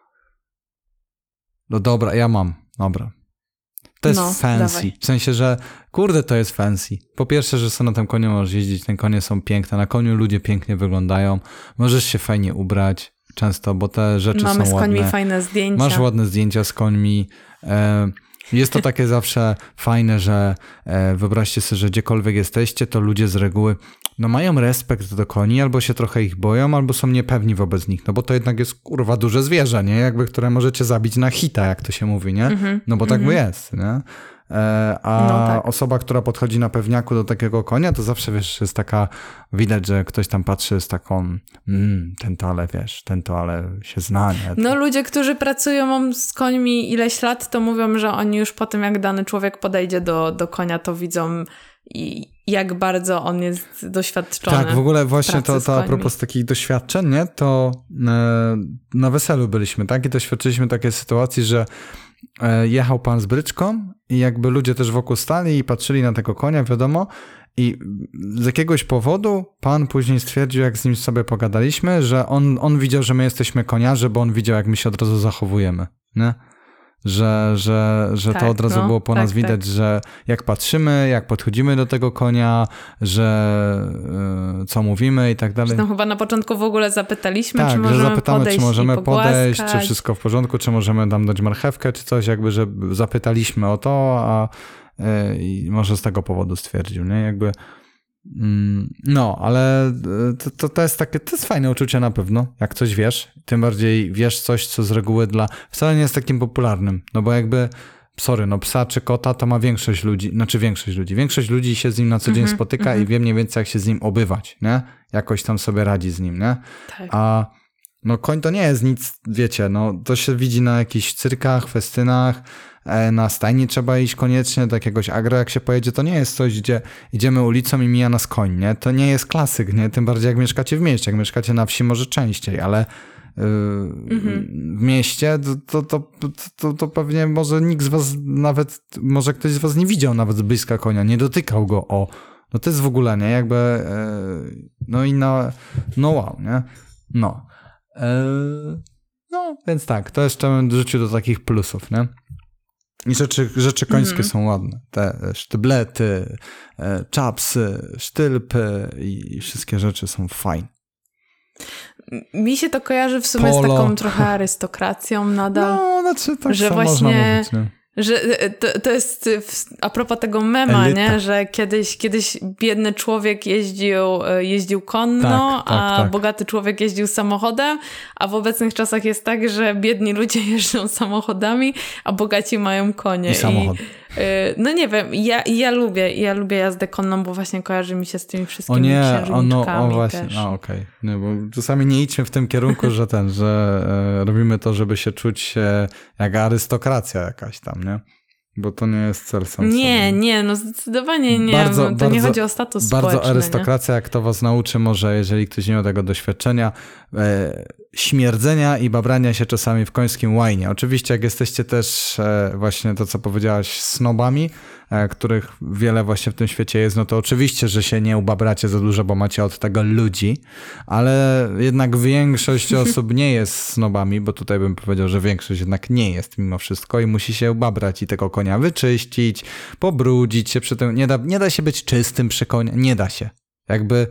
No dobra, ja mam, dobra. To jest no, fancy. dawaj. W sensie, że kurde, to jest fancy. Po pierwsze, że sobie na tym koniu możesz jeździć, te konie są piękne, na koniu ludzie pięknie wyglądają, możesz się fajnie ubrać często, bo te rzeczy Mamy są ładne. Mamy z końmi fajne zdjęcia. Masz ładne zdjęcia z końmi. Jest to takie zawsze fajne, że wyobraźcie sobie, że gdziekolwiek jesteście, to ludzie z reguły no mają respekt do koni, albo się trochę ich boją, albo są niepewni wobec nich, no bo to jednak jest kurwa duże zwierzę, nie? Jakby, które możecie zabić na hita, jak to się mówi, nie? Mm-hmm, no bo tak mm-hmm. by jest, nie? E, a no tak. Osoba, która podchodzi na pewniaku do takiego konia, to zawsze, wiesz, jest taka, widać, że ktoś tam patrzy z taką, mmm, ten to ale, wiesz, ten to ale się zna, nie? No ludzie, którzy pracują z końmi ileś lat, to mówią, że oni już po tym, jak dany człowiek podejdzie do, do konia, to widzą i jak bardzo on jest doświadczony. Tak, w ogóle właśnie to, to a propos takich doświadczeń, nie? To e, na weselu byliśmy, tak? I doświadczyliśmy takiej sytuacji, że e, jechał pan z bryczką i jakby ludzie też wokół stali i patrzyli na tego konia, wiadomo, i z jakiegoś powodu pan później stwierdził, jak z nim sobie pogadaliśmy, że on, on widział, że my jesteśmy koniarze, bo on widział, jak my się od razu zachowujemy, nie? Że, że, że tak, to od razu no, było po tak, nas widać, tak. że jak patrzymy, jak podchodzimy do tego konia, że y, co mówimy i tak dalej. No chyba na początku w ogóle zapytaliśmy, tak, czy możemy że zapytamy, podejść czy możemy i podejść, czy wszystko w porządku, czy możemy tam dać marchewkę, czy coś, jakby, że zapytaliśmy o to, a y, i może z tego powodu stwierdził, nie? Jakby no, ale to, to, to jest takie, to jest fajne uczucie na pewno, jak coś wiesz, tym bardziej wiesz coś, co z reguły dla, wcale nie jest takim popularnym, no bo jakby, sorry, no psa czy kota to ma większość ludzi, znaczy większość ludzi, większość ludzi się z nim na co dzień mm-hmm, spotyka mm-hmm. i wie mniej więcej jak się z nim obywać, nie? Jakoś tam sobie radzi z nim, nie? Tak. A no koń to nie jest nic, wiecie, no to się widzi na jakichś cyrkach, festynach, na stajni trzeba iść koniecznie, do jakiegoś agro jak się pojedzie, to nie jest coś, gdzie idziemy ulicą i mija nas koń, nie? To nie jest klasyk, nie? Tym bardziej jak mieszkacie w mieście, jak mieszkacie na wsi może częściej, ale yy, mm-hmm. w mieście to, to, to, to, to pewnie może nikt z was nawet, może ktoś z was nie widział nawet z bliska konia, nie dotykał go, o, no to jest w ogóle, nie? Jakby, yy, no i no, no wow, nie? No. Yy, no, więc tak, to jeszcze bym dorzucił do takich plusów, nie? I rzeczy, rzeczy końskie mm. są ładne. Te sztyblety, czapsy, sztylpy i wszystkie rzeczy są fajne. Mi się to kojarzy w sumie Polo. z taką trochę arystokracją nadal. No, znaczy tak że właśnie, można mówić, nie? Że to, to jest a propos tego mema, Elita. nie? Że kiedyś, kiedyś biedny człowiek jeździł, jeździł konno, tak, tak, a tak. bogaty człowiek jeździł samochodem, a w obecnych czasach jest tak, że biedni ludzie jeżdżą samochodami, a bogaci mają konie. I samochód. I, no nie wiem, ja, ja lubię ja lubię jazdę konną, bo właśnie kojarzy mi się z tymi wszystkimi o nie, księżniczkami no, o właśnie, też. A okej, okay. Bo czasami nie idźmy w tym kierunku, że ten, że e, robimy to, żeby się czuć e, jak arystokracja jakaś tam, nie? Bo to nie jest cel sam Nie, sobie. nie, no zdecydowanie nie. Bardzo, to bardzo, nie chodzi o status bardzo społeczny. Bardzo arystokracja, nie? Jak to was nauczy, może jeżeli ktoś nie ma tego doświadczenia, e, śmierdzenia i babrania się czasami w końskim łajnie. Oczywiście jak jesteście też e, właśnie to, co powiedziałaś, snobami, e, których wiele właśnie w tym świecie jest, no to oczywiście, że się nie ubabracie za dużo, bo macie od tego ludzi, ale jednak większość osób nie jest snobami, bo tutaj bym powiedział, że większość jednak nie jest mimo wszystko i musi się ubabrać i tego konia wyczyścić, pobrudzić się przy tym. Nie da, nie da się być czystym przy koniu, nie da się. Jakby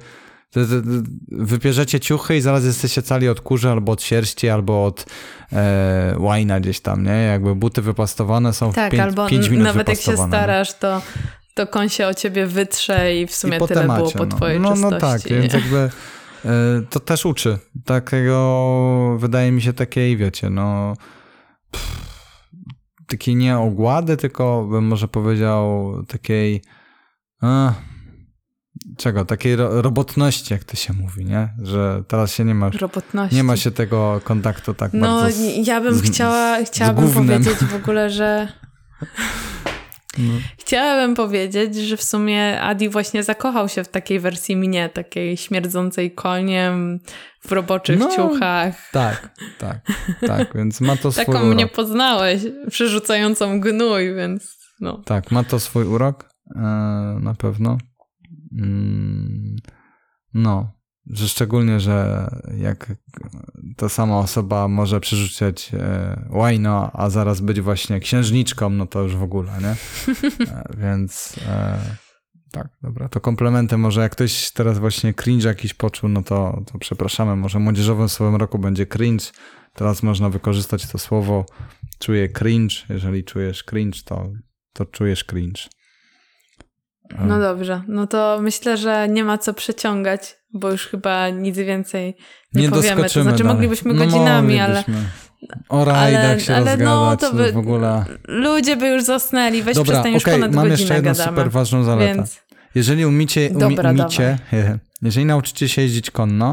wypierzecie ciuchy i zaraz jesteście cali od kurzy, albo od sierści, albo od e, łajna gdzieś tam, nie? Jakby buty wypastowane są tak, w pięć, albo pięć minut nawet jak się wypastowane. starasz, to, to koń się o ciebie wytrze i w sumie I po tyle temacie, było po no. twojej no, czystości. No tak, więc jakby e, to też uczy. Takiego, wydaje mi się, takiej, wiecie, no pff, takiej nie ogłady, tylko bym może powiedział takiej a, czego? Takiej ro- robotności, jak to się mówi, nie? Że teraz się nie ma, robotności. nie ma się tego kontaktu tak no, bardzo z, ja bym z, chciała, z, chciałabym z powiedzieć w ogóle, że no. Chciałabym powiedzieć, że w sumie Adi właśnie zakochał się w takiej wersji mnie, takiej śmierdzącej koniem, w roboczych no, ciuchach. Tak, tak, tak, więc ma to swój Taką urok. mnie poznałeś, przerzucającą gnój, więc no. Tak, ma to swój urok, e, na pewno. Mm, no, że szczególnie, że jak ta sama osoba może przerzucać e, łajno, a zaraz być właśnie księżniczką, no to już w ogóle, nie? E, więc e, tak, dobra, to komplementy. Może jak ktoś teraz właśnie cringe jakiś poczuł, no to, to przepraszamy, może młodzieżowym słowem roku będzie cringe. Teraz można wykorzystać to słowo czuję cringe. Jeżeli czujesz cringe, to, to czujesz cringe. No dobrze, no to myślę, że nie ma co przeciągać, bo już chyba nic więcej nie, nie powiemy. To znaczy dalej. moglibyśmy no godzinami, moglibyśmy. ale... O rajdach ale, się ale rozgadać, no, to by, w ogóle... Ludzie by już zasnęli, weź Dobra, przestań, już okay, ponad mam godzinę jeszcze jedną gadamy. super ważną zaletę. Więc... Jeżeli umicie, umi, Dobra, umicie jeżeli nauczycie się jeździć konno,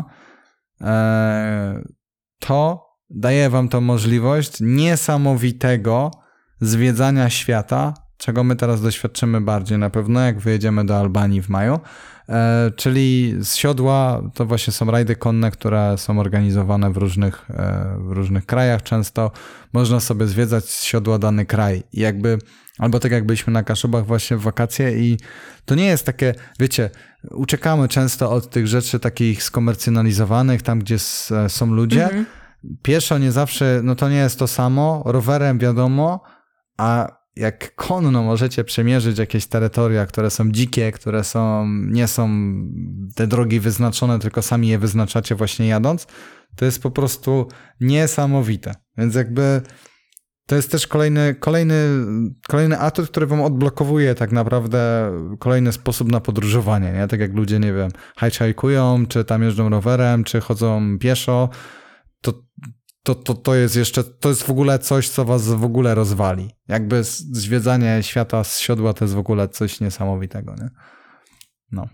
e, to daje wam to możliwość niesamowitego zwiedzania świata, czego my teraz doświadczymy bardziej na pewno, jak wyjedziemy do Albanii w maju. E, czyli z siodła to właśnie są rajdy konne, które są organizowane w różnych, e, w różnych krajach często. Można sobie zwiedzać z siodła dany kraj i jakby, albo tak jak byliśmy na Kaszubach właśnie w wakacje i to nie jest takie, wiecie, uciekamy często od tych rzeczy takich skomercjonalizowanych, tam gdzie s, są ludzie. Mhm. Pieszo nie zawsze, no to nie jest to samo, rowerem wiadomo, a jak konno możecie przemierzyć jakieś terytoria, które są dzikie, które są, nie są te drogi wyznaczone, tylko sami je wyznaczacie właśnie jadąc, to jest po prostu niesamowite. Więc jakby to jest też kolejny, kolejny, kolejny atut, który wam odblokowuje tak naprawdę kolejny sposób na podróżowanie, nie? Tak jak ludzie, nie wiem, hitchhikują, czy tam jeżdżą rowerem, czy chodzą pieszo, to To, to, to jest jeszcze, to jest w ogóle coś, co was w ogóle rozwali. Jakby zwiedzanie świata z siodła to jest w ogóle coś niesamowitego, nie? No.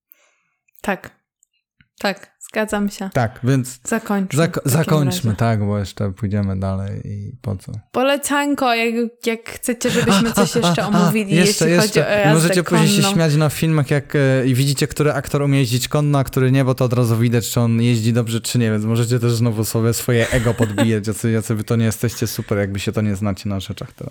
Tak. Tak, zgadzam się. Tak, więc zakończmy. Zako- zakończmy, razie. Tak, bo jeszcze pójdziemy dalej i po co? Polecanko, jak, jak chcecie, żebyśmy coś jeszcze omówili, jeszcze, jeśli jeszcze. chodzi o jazdę Możecie konną. później się śmiać na filmach, jak e, i widzicie, który aktor umie jeździć konno, a który nie, bo to od razu widać, czy on jeździ dobrze, czy nie, więc możecie też znowu sobie swoje ego podbijać, jacy, jacy wy to nie jesteście super, jakby się to nie znacie na rzeczach teraz.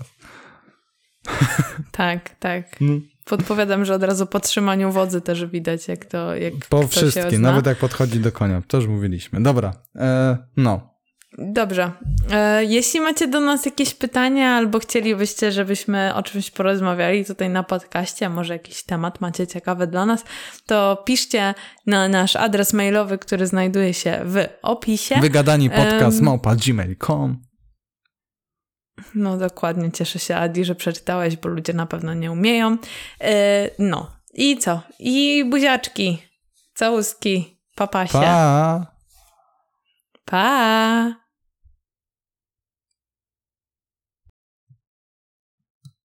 Tak, tak. No. Podpowiadam, że od razu po trzymaniu wodzy też widać, jak to jak Po wszystkim, nawet jak podchodzi do konia. To już mówiliśmy. Dobra, e, no. Dobrze. E, jeśli macie do nas jakieś pytania albo chcielibyście, żebyśmy o czymś porozmawiali tutaj na podcaście, a może jakiś temat macie ciekawy dla nas, to piszcie na nasz adres mailowy, który znajduje się w opisie. Wygadani podcast małpa gmail kropka com. No dokładnie, cieszę się, Adi, że przeczytałeś, bo ludzie na pewno nie umieją. Yy, no i co? I buziaczki, całuski, papasie. Pa! Pa!